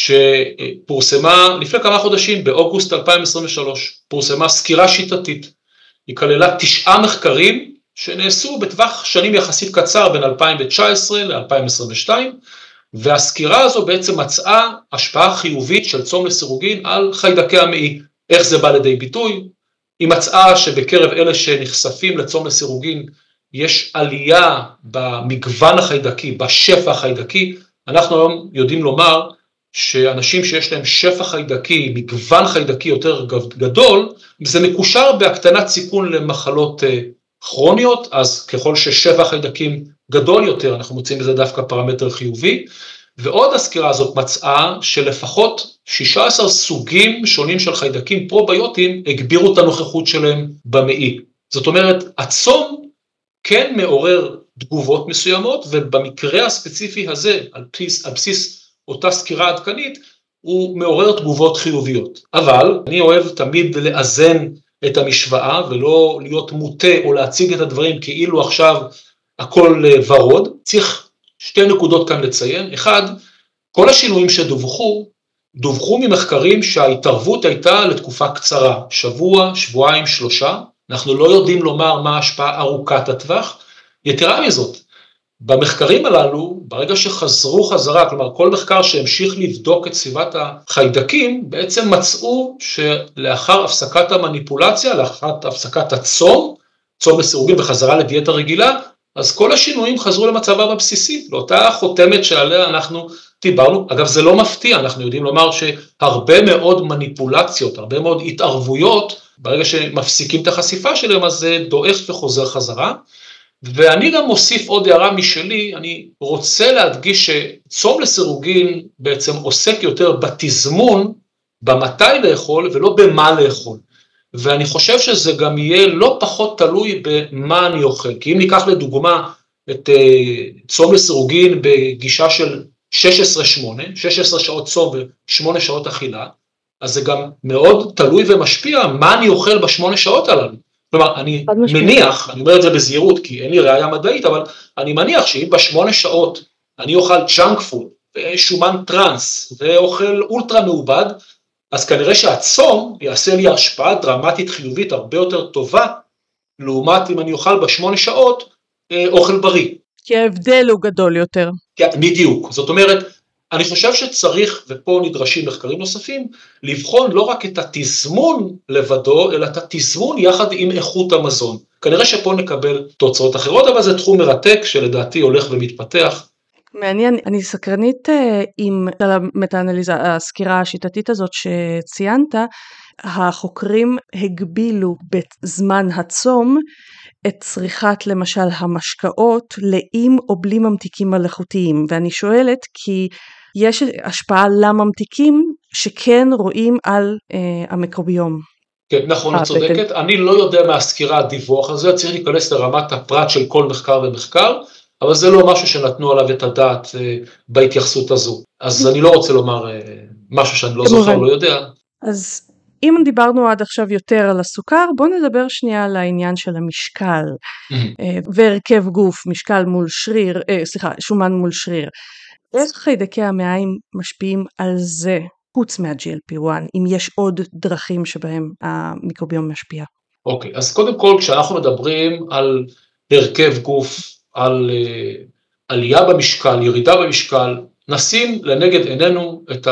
שפורסמה לפני כמה חודשים, באוגוסט אלפיים עשרים ושלוש, פורסמה סקירה שיטתית. היא כללה תשעה מחקרים שנעשו בטווח שנים יחסית קצר בין אלפיים תשע עשרה ל-אלפיים עשרים ושתיים, והסקירה הזו בעצם מצאה השפעה חיובית של צום לסירוגין על חיידקי המעי. איך זה בא לידי ביטוי? היא מצאה שבקרב אלה שנחשפים לצום לסירוגין יש עלייה במגוון החיידקי, בשפע החיידקי. אנחנו היום יודעים לומר שאנשים שיש להם שפע חיידקי, מגוון חיידקי יותר גדול, זה מקושר בהקטנת סיכון למחלות כרוניות, אז ככל ששפע חיידקים גדול יותר, אנחנו מוצאים בזה דווקא פרמטר חיובי, ועוד הסקירה הזאת מצאה שלפחות שישה עשר סוגים שונים של חיידקים פרוביוטיים הגבירו את הנוכחות שלהם במעי. זאת אומרת, הצום כן מעורר תגובות מסוימות, ובמקרה הספציפי הזה, על בסיס, על בסיס אותה סקירה עדכנית, הוא מעורר תגובות חיוביות. אבל אני אוהב תמיד לאזן את המשוואה, ולא להיות מוטה או להציג את הדברים כאילו עכשיו הכל ורוד. צריך שתי נקודות כאן לציין. אחד, כל השינויים שדווחו, דווחו ממחקרים שההתערבות הייתה לתקופה קצרה, שבוע, שבועיים, שלושה. אנחנו לא יודעים לומר מה ההשפעה ארוכת הטווח. יתרה מזאת, במחקרים הללו, ברגע שחזרו חזרה, כלומר כל מחקר שהמשיך לבדוק את סביבת החיידקים, בעצם מצאו שלאחר הפסקת המניפולציה, לאחר הפסקת הצום, צום לסירוגין וחזרה לדיאטה רגילה, אז כל השינויים חזרו למצבם הבסיסי, לאותה חותמת שעליה אנחנו דיברנו. אגב, זה לא מפתיע, אנחנו יודעים לומר שהרבה מאוד מניפולציות, הרבה מאוד התערבויות, ברגע שמפסיקים את החשיפה שלהם, אז זה דועך וחוזר חזרה. ואני גם מוסיף עוד הערה משלי, אני רוצה להדגיש שצום לסירוגין בעצם עוסק יותר בתזמון, במתי לאכול ולא במה לאכול. ואני חושב שזה גם יהיה לא פחות תלוי במה אני אוכל. כי אם ניקח לדוגמה את uh, צום לסירוגין בגישה של שש עשרה שמונה, שש עשרה שעות צום ו-שמונה שעות אכילה, אז זה גם מאוד תלוי ומשפיע מה אני אוכל בשמונה שעות הללו. כלומר, אני מניח, אני אומר את זה בזהירות, כי אין לי ראייה מדעית, אבל אני מניח שאם בשמונה שעות אני אוכל ג'אנק פוד, ושומן טרנס, ואוכל אולטרה מעובד, אז כנראה שהצום יעשה לי השפעה דרמטית חיובית הרבה יותר טובה, לעומת אם אני אוכל בשמונה שעות אוכל בריא. כי ההבדל הוא גדול יותר. בדיוק, זאת אומרת, אני חושב שצריך, ופה נדרשים מחקרים נוספים, לבחון לא רק את התזמון לבדו, אלא את התזמון יחד עם איכות המזון. כנראה שפה נקבל תוצאות אחרות, אבל זה תחום מרתק שלדעתי הולך ומתפתח. מעניין, אני סקרנית עם המטה-אנליזה, הסקירה השיטתית הזאת שציינת, החוקרים הגבילו בזמן הצום את צריכת למשל המשקאות עם או בלי ממתיקים מלאכותיים, ואני שואלת כי יש השפעה לממתיקים שכן רואים על אה, המיקרוביום. כן, נכון, את צודקת, אני לא יודע מהסקירה הדיווח הזה, צריך להיכנס לרמת הפרט של כל מחקר ומחקר, אבל זה לא משהו שנתנו עליו את הדעת בהתייחסות הזו, אז אני לא רוצה לומר משהו שאני לא זוכר, לא יודע. אז אם דיברנו עד עכשיו יותר על הסוכר, בוא נדבר שנייה על העניין של המשקל, והרכב גוף, משקל מול שריר, סליחה, שומן מול שריר. איך חיידקי המעיים משפיעים על זה, חוץ מה-ג'י אל פי אחת, אם יש עוד דרכים שבהם המיקרוביום משפיע? אוקיי, אז קודם כל, כשאנחנו מדברים על הרכב גוף, על uh, עלייה במשקל, ירידה במשקל, נשים לנגד עינינו את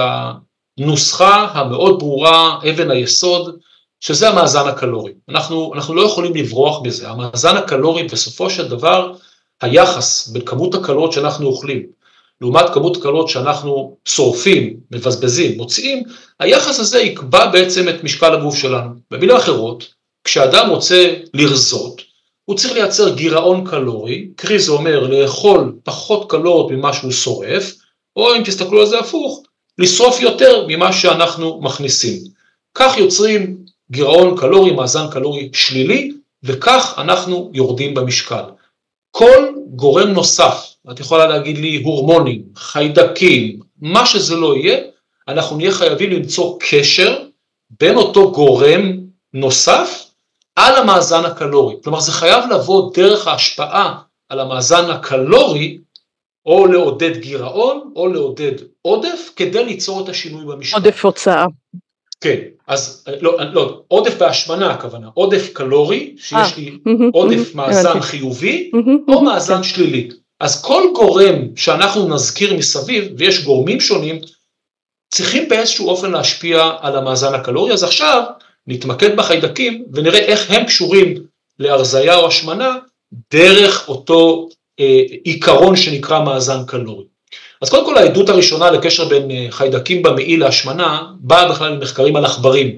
הנוסחה המאוד ברורה, אבן היסוד, שזה המאזן הקלורי. אנחנו, אנחנו לא יכולים לברוח מזה. המאזן הקלורי, בסופו של דבר, היחס בין כמות הקלוריות שאנחנו אוכלים, לעומת כמות הקלוריות שאנחנו שורפים, מבזבזים, מוציאים, היחס הזה יקבע בעצם את משקל הגוף שלנו. במילים אחרות, כשאדם רוצה לרזות, הוא צריך לייצר גירעון קלורי, קרי זה אומר לאכול פחות קלוריות ממה שהוא שורף, או אם תסתכלו על זה הפוך, לשרוף יותר ממה שאנחנו מכניסים. כך יוצרים גירעון קלורי, מאזן קלורי שלילי, וכך אנחנו יורדים במשקל. כל גורם נוסף, את יכולה להגיד לי הורמונים, חיידקים, מה שזה לא יהיה, אנחנו נהיה חייבים למצוא קשר בין אותו גורם נוסף על המאזן הקלורי. כלומר, זה חייב לבוא דרך ההשפעה על המאזן הקלורי, או לעודד גירעון, או לעודד עודף, כדי ליצור את השינוי במשקל. עודף הוצאה. כן, אז לא, לא, עודף בהשמנה הכוונה, עודף קלורי, שיש לי עודף מאזן חיובי, או מאזן שלילי. אז כל גורם שאנחנו נזכיר מסביב, ויש גורמים שונים, צריכים באיזשהו אופן להשפיע על המאזן הקלורי. אז עכשיו נתמקד בחיידקים, ונראה איך הם קשורים להרזיה או השמנה, דרך אותו אה, עיקרון שנקרא מאזן קלורי. אז קודם כל העדות הראשונה לקשר בין חיידקים במעי להשמנה, באה בכלל למחקרים על עכברים.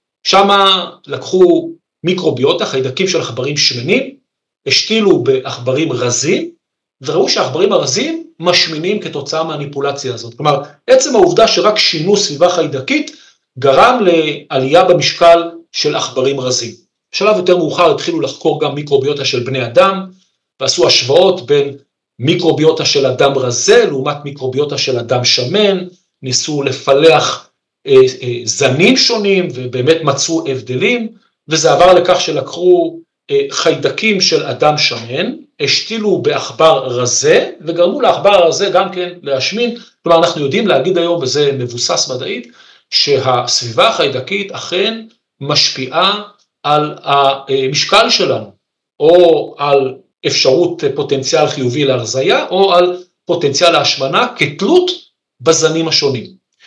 שמה לקחו מיקרוביוטה, חיידקים של עכברים שמנים, השתילו בעכברים רזים, וראו שהעכברים הרזים משמינים כתוצאה מהניפולציה הזאת. כלומר, עצם העובדה שרק שינו סביבה חיידקית, גרם לעלייה במשקל של עכברים רזים. בשלב יותר מאוחר התחילו לחקור גם מיקרוביוטה של בני אדם, ועשו השוואות בין מיקרוביוטה של אדם רזה, לעומת מיקרוביוטה של אדם שמן, ניסו לפלח אה, אה, זנים שונים, ובאמת מצאו הבדלים, וזה עבר לכך שלקחו אה, חיידקים של אדם שמן, השתילו בעכבר רזה, וגרמו לעכבר הרזה גם כן להשמין. כלומר, אנחנו יודעים להגיד היום, וזה מבוסס מדעית, שהסביבה החיידקית אכן משפיעה על המשקל שלנו, או על אפשרות פוטנציאל חיובי להרזיה, או על פוטנציאל להשמנה, כתלות בזנים השונים.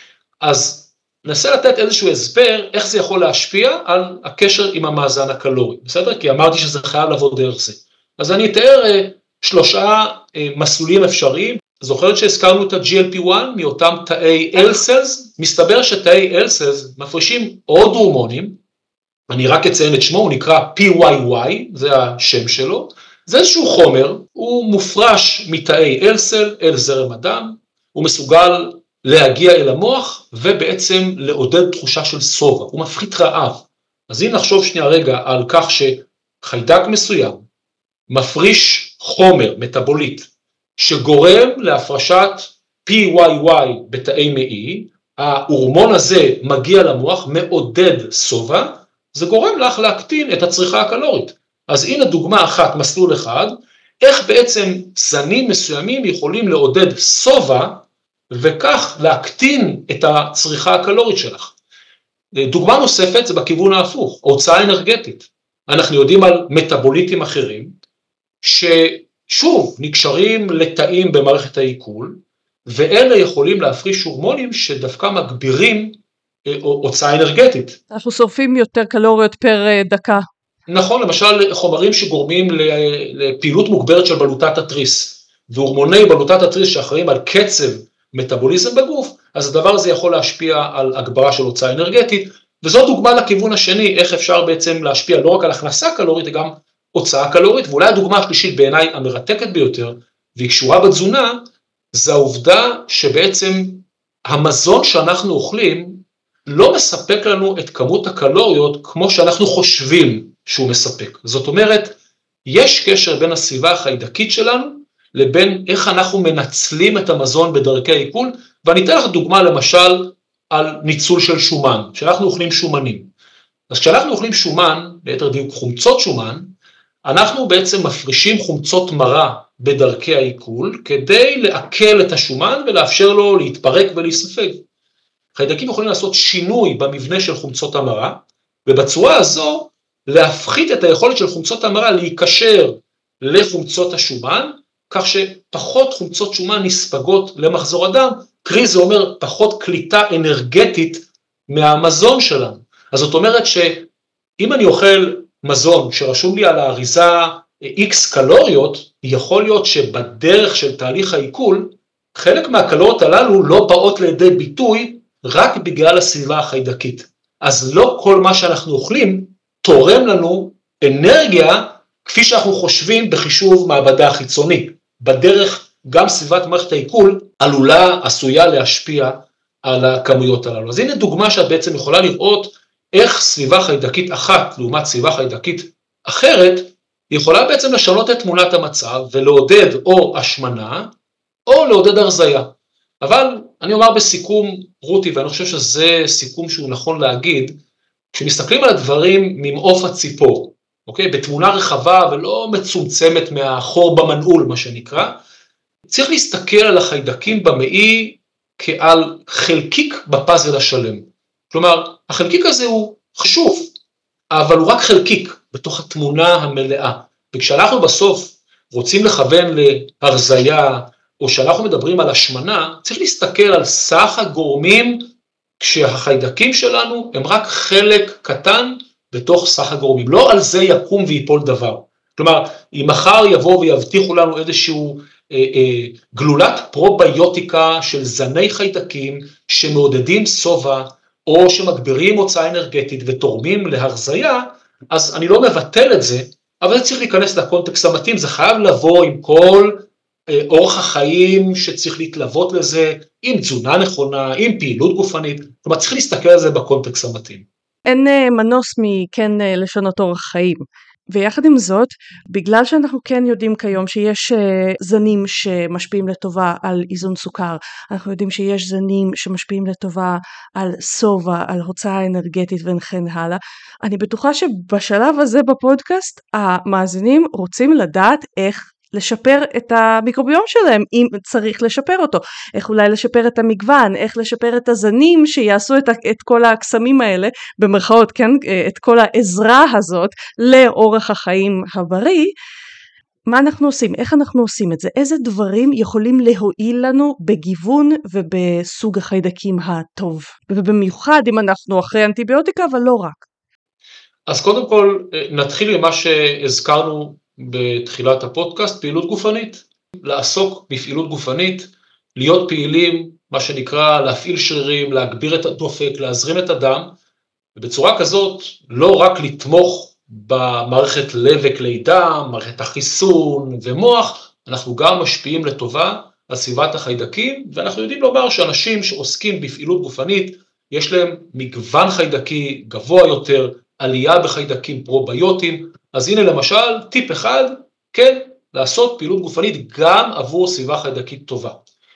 אז ננסה לתת איזשהו הסבר, איך זה יכול להשפיע על הקשר עם המאזן הקלורי, בסדר? כי אמרתי שזה חייב לבוא דרך זה. אז אני אתאר שלושה מסלולים אפשריים. זוכרת שהזכרנו את ה-ג'י אל פי אחת מאותם תאי אלסלס? מסתבר שתאי אלסלס מפרישים עוד הורמונים, אני רק אציין את שמו, הוא נקרא פי וואי וואי, זה השם שלו, זה איזשהו חומר, הוא מופרש מתאי אלסל אל זרם הדם, הוא מסוגל להגיע אל המוח, ובעצם לעודד תחושה של סובה, הוא מפחית רעב. אז אם נחשוב שנייה רגע על כך שחיידק מסוים, מפריש חומר, מטאבוליט, שגורם להפרשת פי וואי וואי בתאי מעי, ההורמון הזה מגיע למוח, מעודד סובה, זה גורם לך להקטין את הצריכה הקלורית. אז הנה דוגמה אחת, מסלול אחד, איך בעצם זנים מסוימים יכולים לעודד סובה, וכך להקטין את הצריכה הקלורית שלך. דוגמה נוספת זה בכיוון ההפוך, הוצאה אנרגטית. אנחנו יודעים על מטאבוליטים אחרים, ששוב נקשרים לתאים במערכת העיכול, ואלה יכולים להפריש הורמונים שדווקא מגבירים הוצאה אנרגטית. אנחנו שורפים יותר קלוריות פר דקה. נכון, למשל חומרים שגורמים לפעילות מוגברת של בלוטת התריס, והורמוני בלוטת התריס שאחראים על קצב מטאבוליזם בגוף, אז הדבר הזה יכול להשפיע על הגברה של הוצאה אנרגטית, וזו דוגמה לכיוון השני, איך אפשר בעצם להשפיע לא רק על הכנסה קלורית, גם הוצאה קלורית, ואולי הדוגמה השלישית בעיניי המרתקת ביותר, והיא קשורה בתזונה, זה העובדה שבעצם המזון שאנחנו אוכלים, לא מספק לנו את כמות הקלוריות כמו שאנחנו חושבים שהוא מספק. זאת אומרת, יש קשר בין הסביבה החיידקית שלנו לבין איך אנחנו מנצלים את המזון בדרכי העיכול, ואני אתן לך דוגמה למשל על ניצול של שומן, כשאנחנו אוכלים שומנים. אז כשאנחנו אוכלים שומן, ליתר דיוק חומצות שומן, אנחנו בעצם מפרישים חומצות מרה בדרכי העיכול, כדי לעכל את השומן ולאפשר לו להתפרק ולהיספג. חיידקים יכולים לעשות שינוי במבנה של חומצות המרה, ובצורה הזו להפחית את היכולת של חומצות המרה להיקשר לחומצות השומן, כך שפחות חומצות שומן נספגות למחזור הדם, קרי זה אומר פחות קליטה אנרגטית מהמזון שלנו. אז זאת אומרת שאם אני אוכל מזון שרשום לי על האריזה X קלוריות, יכול להיות שבדרך של תהליך העיכול, חלק מהקלוריות הללו לא באות לידי ביטוי רק בגלל הסביבה החיידקית. אז לא כל מה שאנחנו אוכלים תורם לנו אנרגיה כפי שאנחנו חושבים בחישוב מעבדה חיצוני. בדרך גם סביבת מערכת העיכול עלולה, עשויה להשפיע על הכמויות הללו. אז הנה דוגמה שאת בעצם יכולה לראות איך סביבה חיידקית אחת לעומת סביבה חיידקית אחרת, יכולה בעצם לשנות את תמונת המצב ולעודד או השמנה או לעודד הרזיה. אבל אני אומר בסיכום, רותי, ואני חושב שזה סיכום שהוא נכון להגיד, כשמסתכלים על הדברים ממעוף הציפור, אוקיי? בתמונה רחבה ולא מצומצמת מהחור במנעול, מה שנקרא, צריך להסתכל על החיידקים במעי כעל חלקיק בפאזל השלם. כלומר, החלקיק הזה הוא חשוב, אבל הוא רק חלקיק בתוך התמונה המלאה. וכשאנחנו בסוף רוצים לכוון להרזיה, או שאנחנו מדברים על השמנה, צריך להסתכל על סך הגורמים, כשהחיידקים שלנו הם רק חלק קטן בתוך סך הגורמים. לא על זה יקום ויפול דבר. כלומר, אם מחר יבוא ויבטיחו לנו איזשהו אה, אה, גלולת פרוביוטיקה של זני חיידקים, שמעודדים סובה, או שמגבירים הוצאה אנרגטית ותורמים להרזיה, אז אני לא מבטל את זה, אבל זה צריך להיכנס לקונטקסט המתאים, זה חייב לבוא עם כל אורח החיים שצריך להתלוות לזה, עם תזונה נכונה, עם פעילות גופנית, כלומר צריך להסתכל על זה בקונטקסט המתאים. אין מנוס מכן לשנות אורח חיים. ויחד עם זאת, בגלל שאנחנו כן יודעים כיום שיש זנים שמשפיעים לטובה על איזון סוכר, אנחנו יודעים שיש זנים שמשפיעים לטובה על סובה, על הוצאה אנרגטית וכן הלאה, אני בטוחה שבשלב הזה בפודקאסט, המאזינים רוצים לדעת איך לשפר את המיקרוביום שלהם, אם צריך לשפר אותו, איך אולי לשפר את המגוון, איך לשפר את הזנים שיעשו את, את כל הקסמים האלה, במרכאות, כן, את כל העזרה הזאת לאורך החיים הבריא. מה אנחנו עושים? איך אנחנו עושים את זה? איזה דברים יכולים להועיל לנו בגיוון ובסוג החיידקים הטוב? ובמיוחד אם אנחנו אחרי אנטיביוטיקה, אבל לא רק. אז קודם כל נתחיל ממה שהזכרנו בתחילת הפודקאסט, פעילות גופנית. לעסוק בפעילות גופנית, להיות פעילים, מה שנקרא להפעיל שרירים, להגביר את הדופק, להזרים את הדם, ובצורה כזאת לא רק לתמוך במערכת לב וכלי דם, מערכת החיסון ומוח, אנחנו גם משפיעים לטובה על סביבת החיידקים, ואנחנו יודעים לומר שאנשים שעוסקים בפעילות גופנית, יש להם מגוון חיידקי גבוה יותר, עלייה בחיידקים פרוביוטיים. אז הנה למשל טיפ אחד, כן, לעשות פעילות גופנית גם עבור סביבה חיידקית טובה.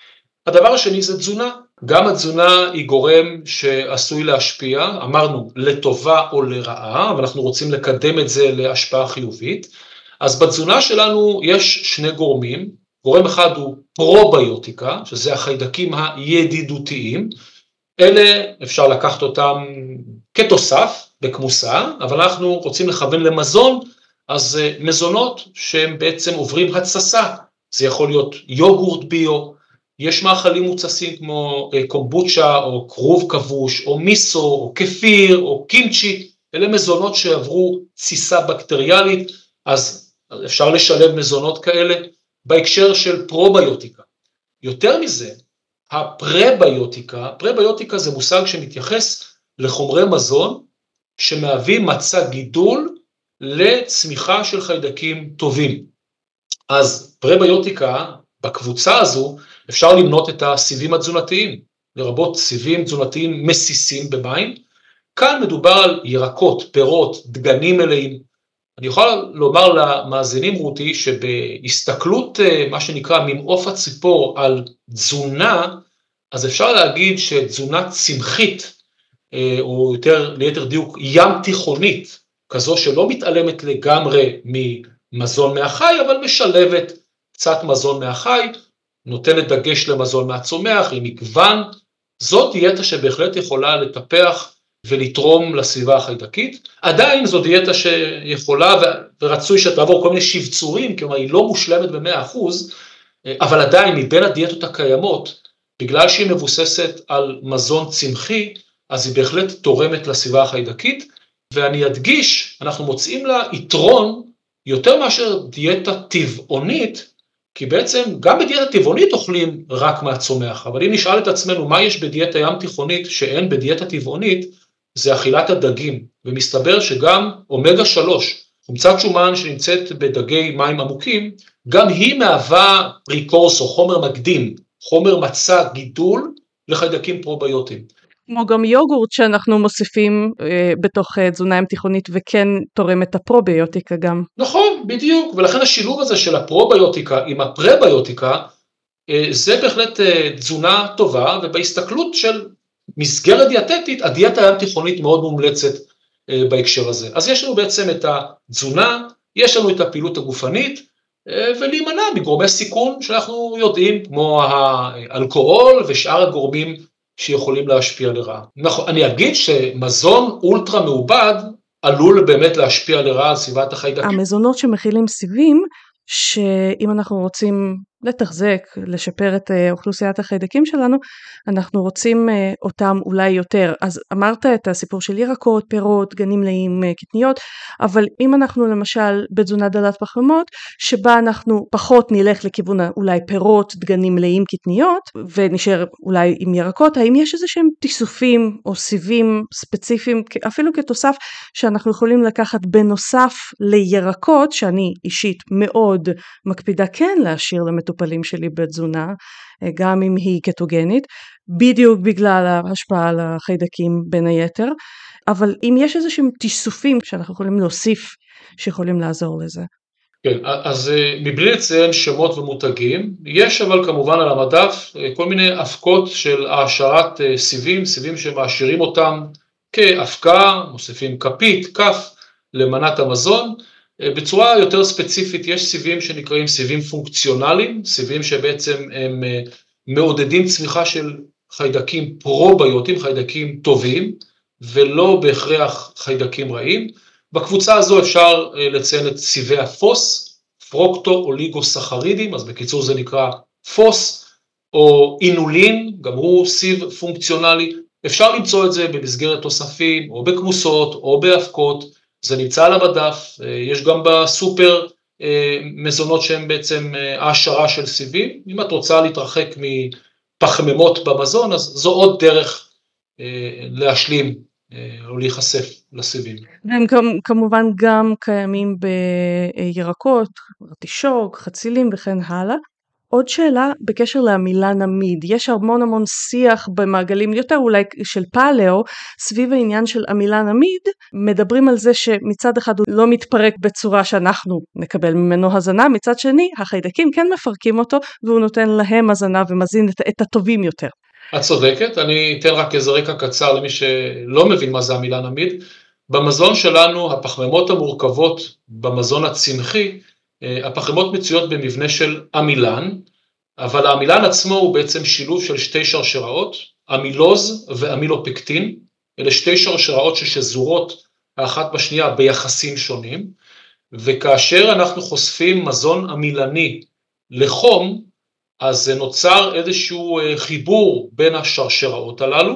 הדבר השני זה תזונה. גם התזונה היא גורם שעשוי להשפיע, אמרנו לטובה או לרעה, אבל אנחנו רוצים לקדם את זה להשפעה חיובית. אז בתזונה שלנו יש שני גורמים, גורם אחד הוא פרוביוטיקה, שזה החיידקים הידידותיים, אלה אפשר לקחת אותם כתוסף בכמוסה, אבל אנחנו רוצים לכוון למזון, אז מזונות שהם בעצם עוברים התססה, זה יכול להיות יוגורט ביו, יש מאכלים מוצסים כמו קומבוצ'ה או כרוב כבוש או מיסו או כפיר או קימצ'י, אלה מזונות שעברו תסיסה בקטריאלית, אז אפשר לשלב מזונות כאלה בהקשר של פרוביוטיקה. יותר מזה, הפרביוטיקה, פרביוטיקה זה מושג שמתייחס לחומרי מזון שמהווים מצע גידול לצמיחה של חיידקים טובים. אז פרביוטיקה, בקבוצה הזו, אפשר למנות את הסיבים התזונתיים. לרבות סיבים תזונתיים מסיסים במים. כאן מדובר על ירקות, פירות, דגנים מלאים. אני יכול לומר למאזינים רותי שבהסתכלות מה שנקרא ממעוף הציפור על תזונה, אז אפשר להגיד שתזונה צמחית, או יותר ליתר דיוק ים תיכונית, כזו שלא מתעלמת לגמרי ממזון מהחי, אבל משלבת קצת מזון מהחי, נותנת דגש למזון מהצומח, למגוון, זאת דיאטה שבהחלט יכולה לטפח ולתרום לסביבה החיידקית. עדיין זו דיאטה שיכולה ורצוי שתעבור כל מיני שבצורים, כלומר היא לא מושלמת ב-מאה אחוז, אבל עדיין מבין הדיאטות הקיימות, בגלל שהיא מבוססת על מזון צמחי, אז היא בהחלט תורמת לסביבה החיידקית, ואני אדגיש, אנחנו מוצאים לה יתרון יותר מאשר דיאטה טבעונית, כי בעצם גם בדיאטה טבעונית אוכלים רק מהצומח, אבל אם נשאל את עצמנו מה יש בדיאטה ים תיכונית שאין בדיאטה טבעונית, זה אכילת הדגים, ומסתבר שגם אומגה שלוש, חומצת שומן שנמצאת בדגי מים עמוקים, גם היא מהווה פריקורסור, חומר מקדים, חומר מצע גידול לחיידקים פרוביוטיים. כמו גם יוגורט שאנחנו מוסיפים אה, בתוך אה, תזונה ים תיכונית וכן תורם את הפרוביוטיקה גם. נכון, בדיוק, ולכן השילוב הזה של הפרוביוטיקה עם הפרביוטיקה, אה, זה בהחלט אה, תזונה טובה, ובהסתכלות של מסגרת דיאטטית, הדיאטה ים תיכונית מאוד מומלצת אה, בהקשר הזה. אז יש לנו בעצם את התזונה, יש לנו את הפעילות הגופנית, אה, ולהימנע מגורמי סיכון שאנחנו יודעים, כמו האלכוהול ושאר הגורמים שיכולים להשפיע לרעה. נכון, אני אגיד שמזון אולטרה מעובד עלול באמת להשפיע לרעה על סביבת החיידקים. המזונות שמכילים סיבים, שאם אנחנו רוצים לתחזק, לשפר את אוכלוסיית החיידקים שלנו, אנחנו רוצים אותם אולי יותר. אז אמרת את הסיפור של ירקות, פירות, דגנים מלאים, קטניות, אבל אם אנחנו למשל בתזונה דלת פחמימות, שבה אנחנו פחות נלך לכיוון אולי פירות, דגנים מלאים, קטניות, ונשאר אולי עם ירקות, האם יש איזה שהם תיסופים או סיבים ספציפיים, אפילו כתוסף, שאנחנו יכולים לקחת בנוסף לירקות, שאני אישית מאוד מקפידה כן להשאיר למטופלים שלי בתזונה, גם אם היא קטוגנית, בדיוק בגלל ההשפעה על החיידקים בין היתר, אבל אם יש איזה שהם תיסופים שאנחנו יכולים להוסיף, שיכולים לעזור לזה. כן, אז מבלי לציין שמות ומותגים, יש אבל כמובן על המדף כל מיני אבקות של העשרת סיבים, סיבים שמעשירים אותם כאבקה, מוסיפים כפית, כף למנת המזון, בצורה יותר ספציפית יש סיבים שנקראים סיבים פונקציונליים, סיבים שבעצם הם מעודדים צמיחה של חיידקים פרוביוטיים, חיידקים טובים, ולא בהכרח חיידקים רעים. בקבוצה הזו אפשר לציין את סיבי הפוס, פרוקטו-אוליגוסחרידים, אז בקיצור זה נקרא פוס, או אינולין, גם הוא סיב פונקציונלי. אפשר למצוא את זה במסגרת תוספים, או בכמוסות, או באבקות, זה נמצא על המדף, יש גם בסופר מזונות שהם בעצם העשרה של סיבים. אם את רוצה להתרחק מפחמימות במזון, אז זו עוד דרך להשלים או להיחשף לסיבים. והם כמובן גם קיימים בירקות, רטישוק, חצילים וכן הלאה. עוד שאלה בקשר למילה נמיד, יש המון המון שיח במעגלים יותר אולי של פאלאו, סביב העניין של המילה נמיד, מדברים על זה שמצד אחד הוא לא מתפרק בצורה שאנחנו נקבל ממנו הזנה, מצד שני החיידקים כן מפרקים אותו, והוא נותן להם הזנה ומזין את, את הטובים יותר. את צודקת, אני אתן רק איזה רקע קצר למי שלא מבין מה זה המילה נמיד. במזון שלנו, הפחמימות המורכבות במזון הצמחי, הפחמימות מצויות במבנה של אמילן, אבל האמילן עצמו הוא בעצם שילוב של שתי שרשראות, אמילוז ואמילופקטין, אלה שתי שרשראות ששזורות האחת בשנייה ביחסים שונים, וכאשר אנחנו חושפים מזון אמילני לחום, אז נוצר איזשהו חיבור בין השרשראות הללו,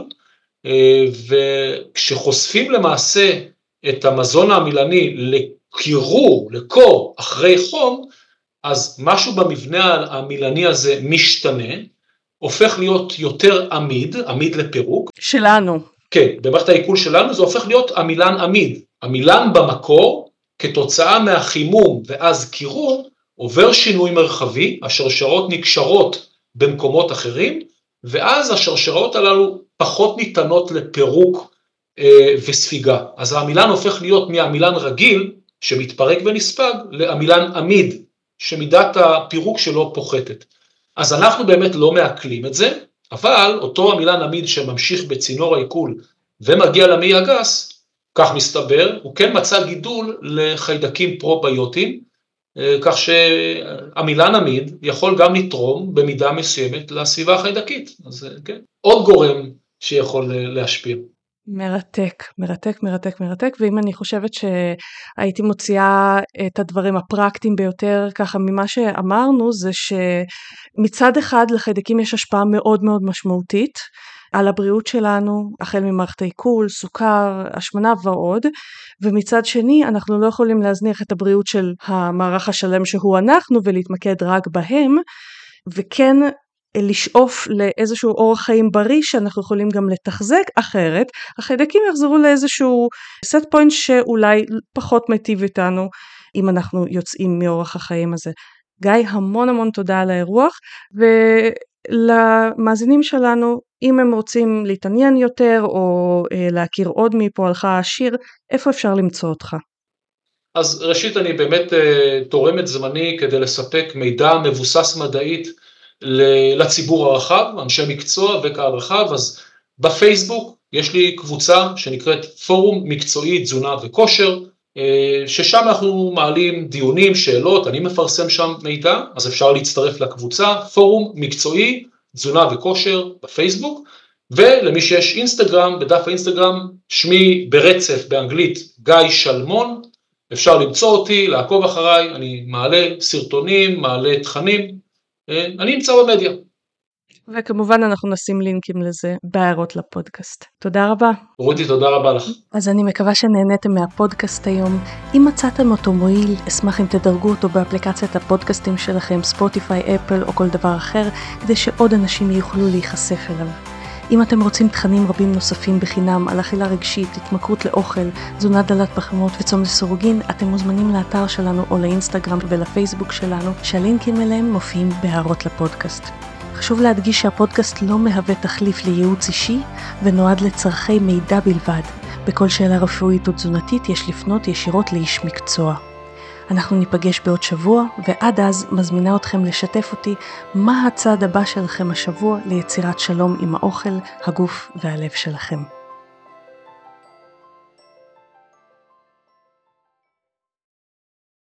וכשחושפים למעשה את המזון האמילני לקירור, לקור, אחרי חום, אז משהו במבנה האמילני הזה משתנה, הופך להיות יותר עמיד, עמיד לפירוק. שלנו. כן, במערכת העיכול שלנו זה הופך להיות אמילן עמיד. אמילן במקור, כתוצאה מהחימום ואז קירור, עובר שינוי מרחבי, השרשרות נקשרות במקומות אחרים, ואז השרשראות הללו פחות ניתנות לפירוק אה, וספיגה. אז העמילן הופך להיות מהעמילן רגיל, שמתפרק ונספג, לעמילן עמיד, שמידת הפירוק שלו פוחתת. אז אנחנו באמת לא מעכלים את זה, אבל אותו עמילן עמיד שממשיך בצינור העיכול ומגיע למעי הגס, כך מסתבר, הוא כן מצא גידול לחיידקים פרוביוטיים, כך שעמילן עמיד יכול גם לתרום במידה מסוימת לסביבה החיידקית. אז כן, עוד גורם שיכול להשפיע. מרתק, מרתק, מרתק, מרתק, ואם אני חושבת שהייתי מוציאה את הדברים הפרקטיים ביותר ככה ממה שאמרנו, זה שמצד אחד לחיידקים יש השפעה מאוד מאוד משמעותית על הבריאות שלנו, החל ממערכת העיכול, סוכר, השמנה ועוד, ומצד שני אנחנו לא יכולים להזניח את הבריאות של המערך השלם שהוא אנחנו ולהתמקד רק בהם, וכן לשאוף לאיזשהו אורח חיים בריא שאנחנו יכולים גם לתחזק, אחרת החיידקים יחזרו לאיזשהו set point שאולי פחות מיטיב איתנו אם אנחנו יוצאים מאורח החיים הזה. גיא, המון המון תודה על האירוח, ולמאזינים שלנו, אם הם רוצים להתעניין יותר או להכיר עוד מפועלך העשיר, איפה אפשר למצוא אותך? אז ראשית אני באמת תורם את זמני כדי לספק מידע מבוסס מדעית לציבור הרחב, אנשי מקצוע וקהל רחב. אז בפייסבוק יש לי קבוצה שנקראת פורום מקצועי תזונה וכושר, ששם אנחנו מעלים דיונים, שאלות, אני מפרסם שם מידע, אז אפשר להצטרף לקבוצה, פורום מקצועי תזונה וכושר בפייסבוק, ולמי שיש אינסטגרם, בדף האינסטגרם, שמי ברצף באנגלית גיא שלמון, אפשר למצוא אותי, לעקוב אחריי, אני מעלה סרטונים, מעלה תכנים, אני אמצא במדיה. וכמובן אנחנו נשים לינקים לזה בהערות לפודקאסט. תודה רבה. רותי, תודה רבה לך. אז אני מקווה שנהניתם מהפודקאסט היום. אם מצאתם אותו מועיל, אשמח אם תדרגו אותו באפליקציית הפודקאסטים שלכם, ספוטיפיי, אפל או כל דבר אחר, כדי שעוד אנשים יוכלו להיחשף אליו. אם אתם רוצים תכנים רבים נוספים בחינם על אכילה רגשית, התמכרות לאוכל, תזונה דלת פחמימות וצום לסירוגין, אתם מוזמנים לאתר שלנו או לאינסטגרם ולפייסבוק שלנו, שהלינקים אליהם מופיעים בהערות לפודקאסט. חשוב להדגיש שהפודקאסט לא מהווה תחליף לייעוץ אישי ונועד לצרכי מידע בלבד. בכל שאלה רפואית או תזונתית יש לפנות ישירות לאיש מקצוע. אנחנו ניפגש בעוד שבוע, ועד אז מזמינה אתכם לשתף אותי מה הצעד הבא שלכם השבוע ליצירת שלום עם האוכל, הגוף והלב שלכם.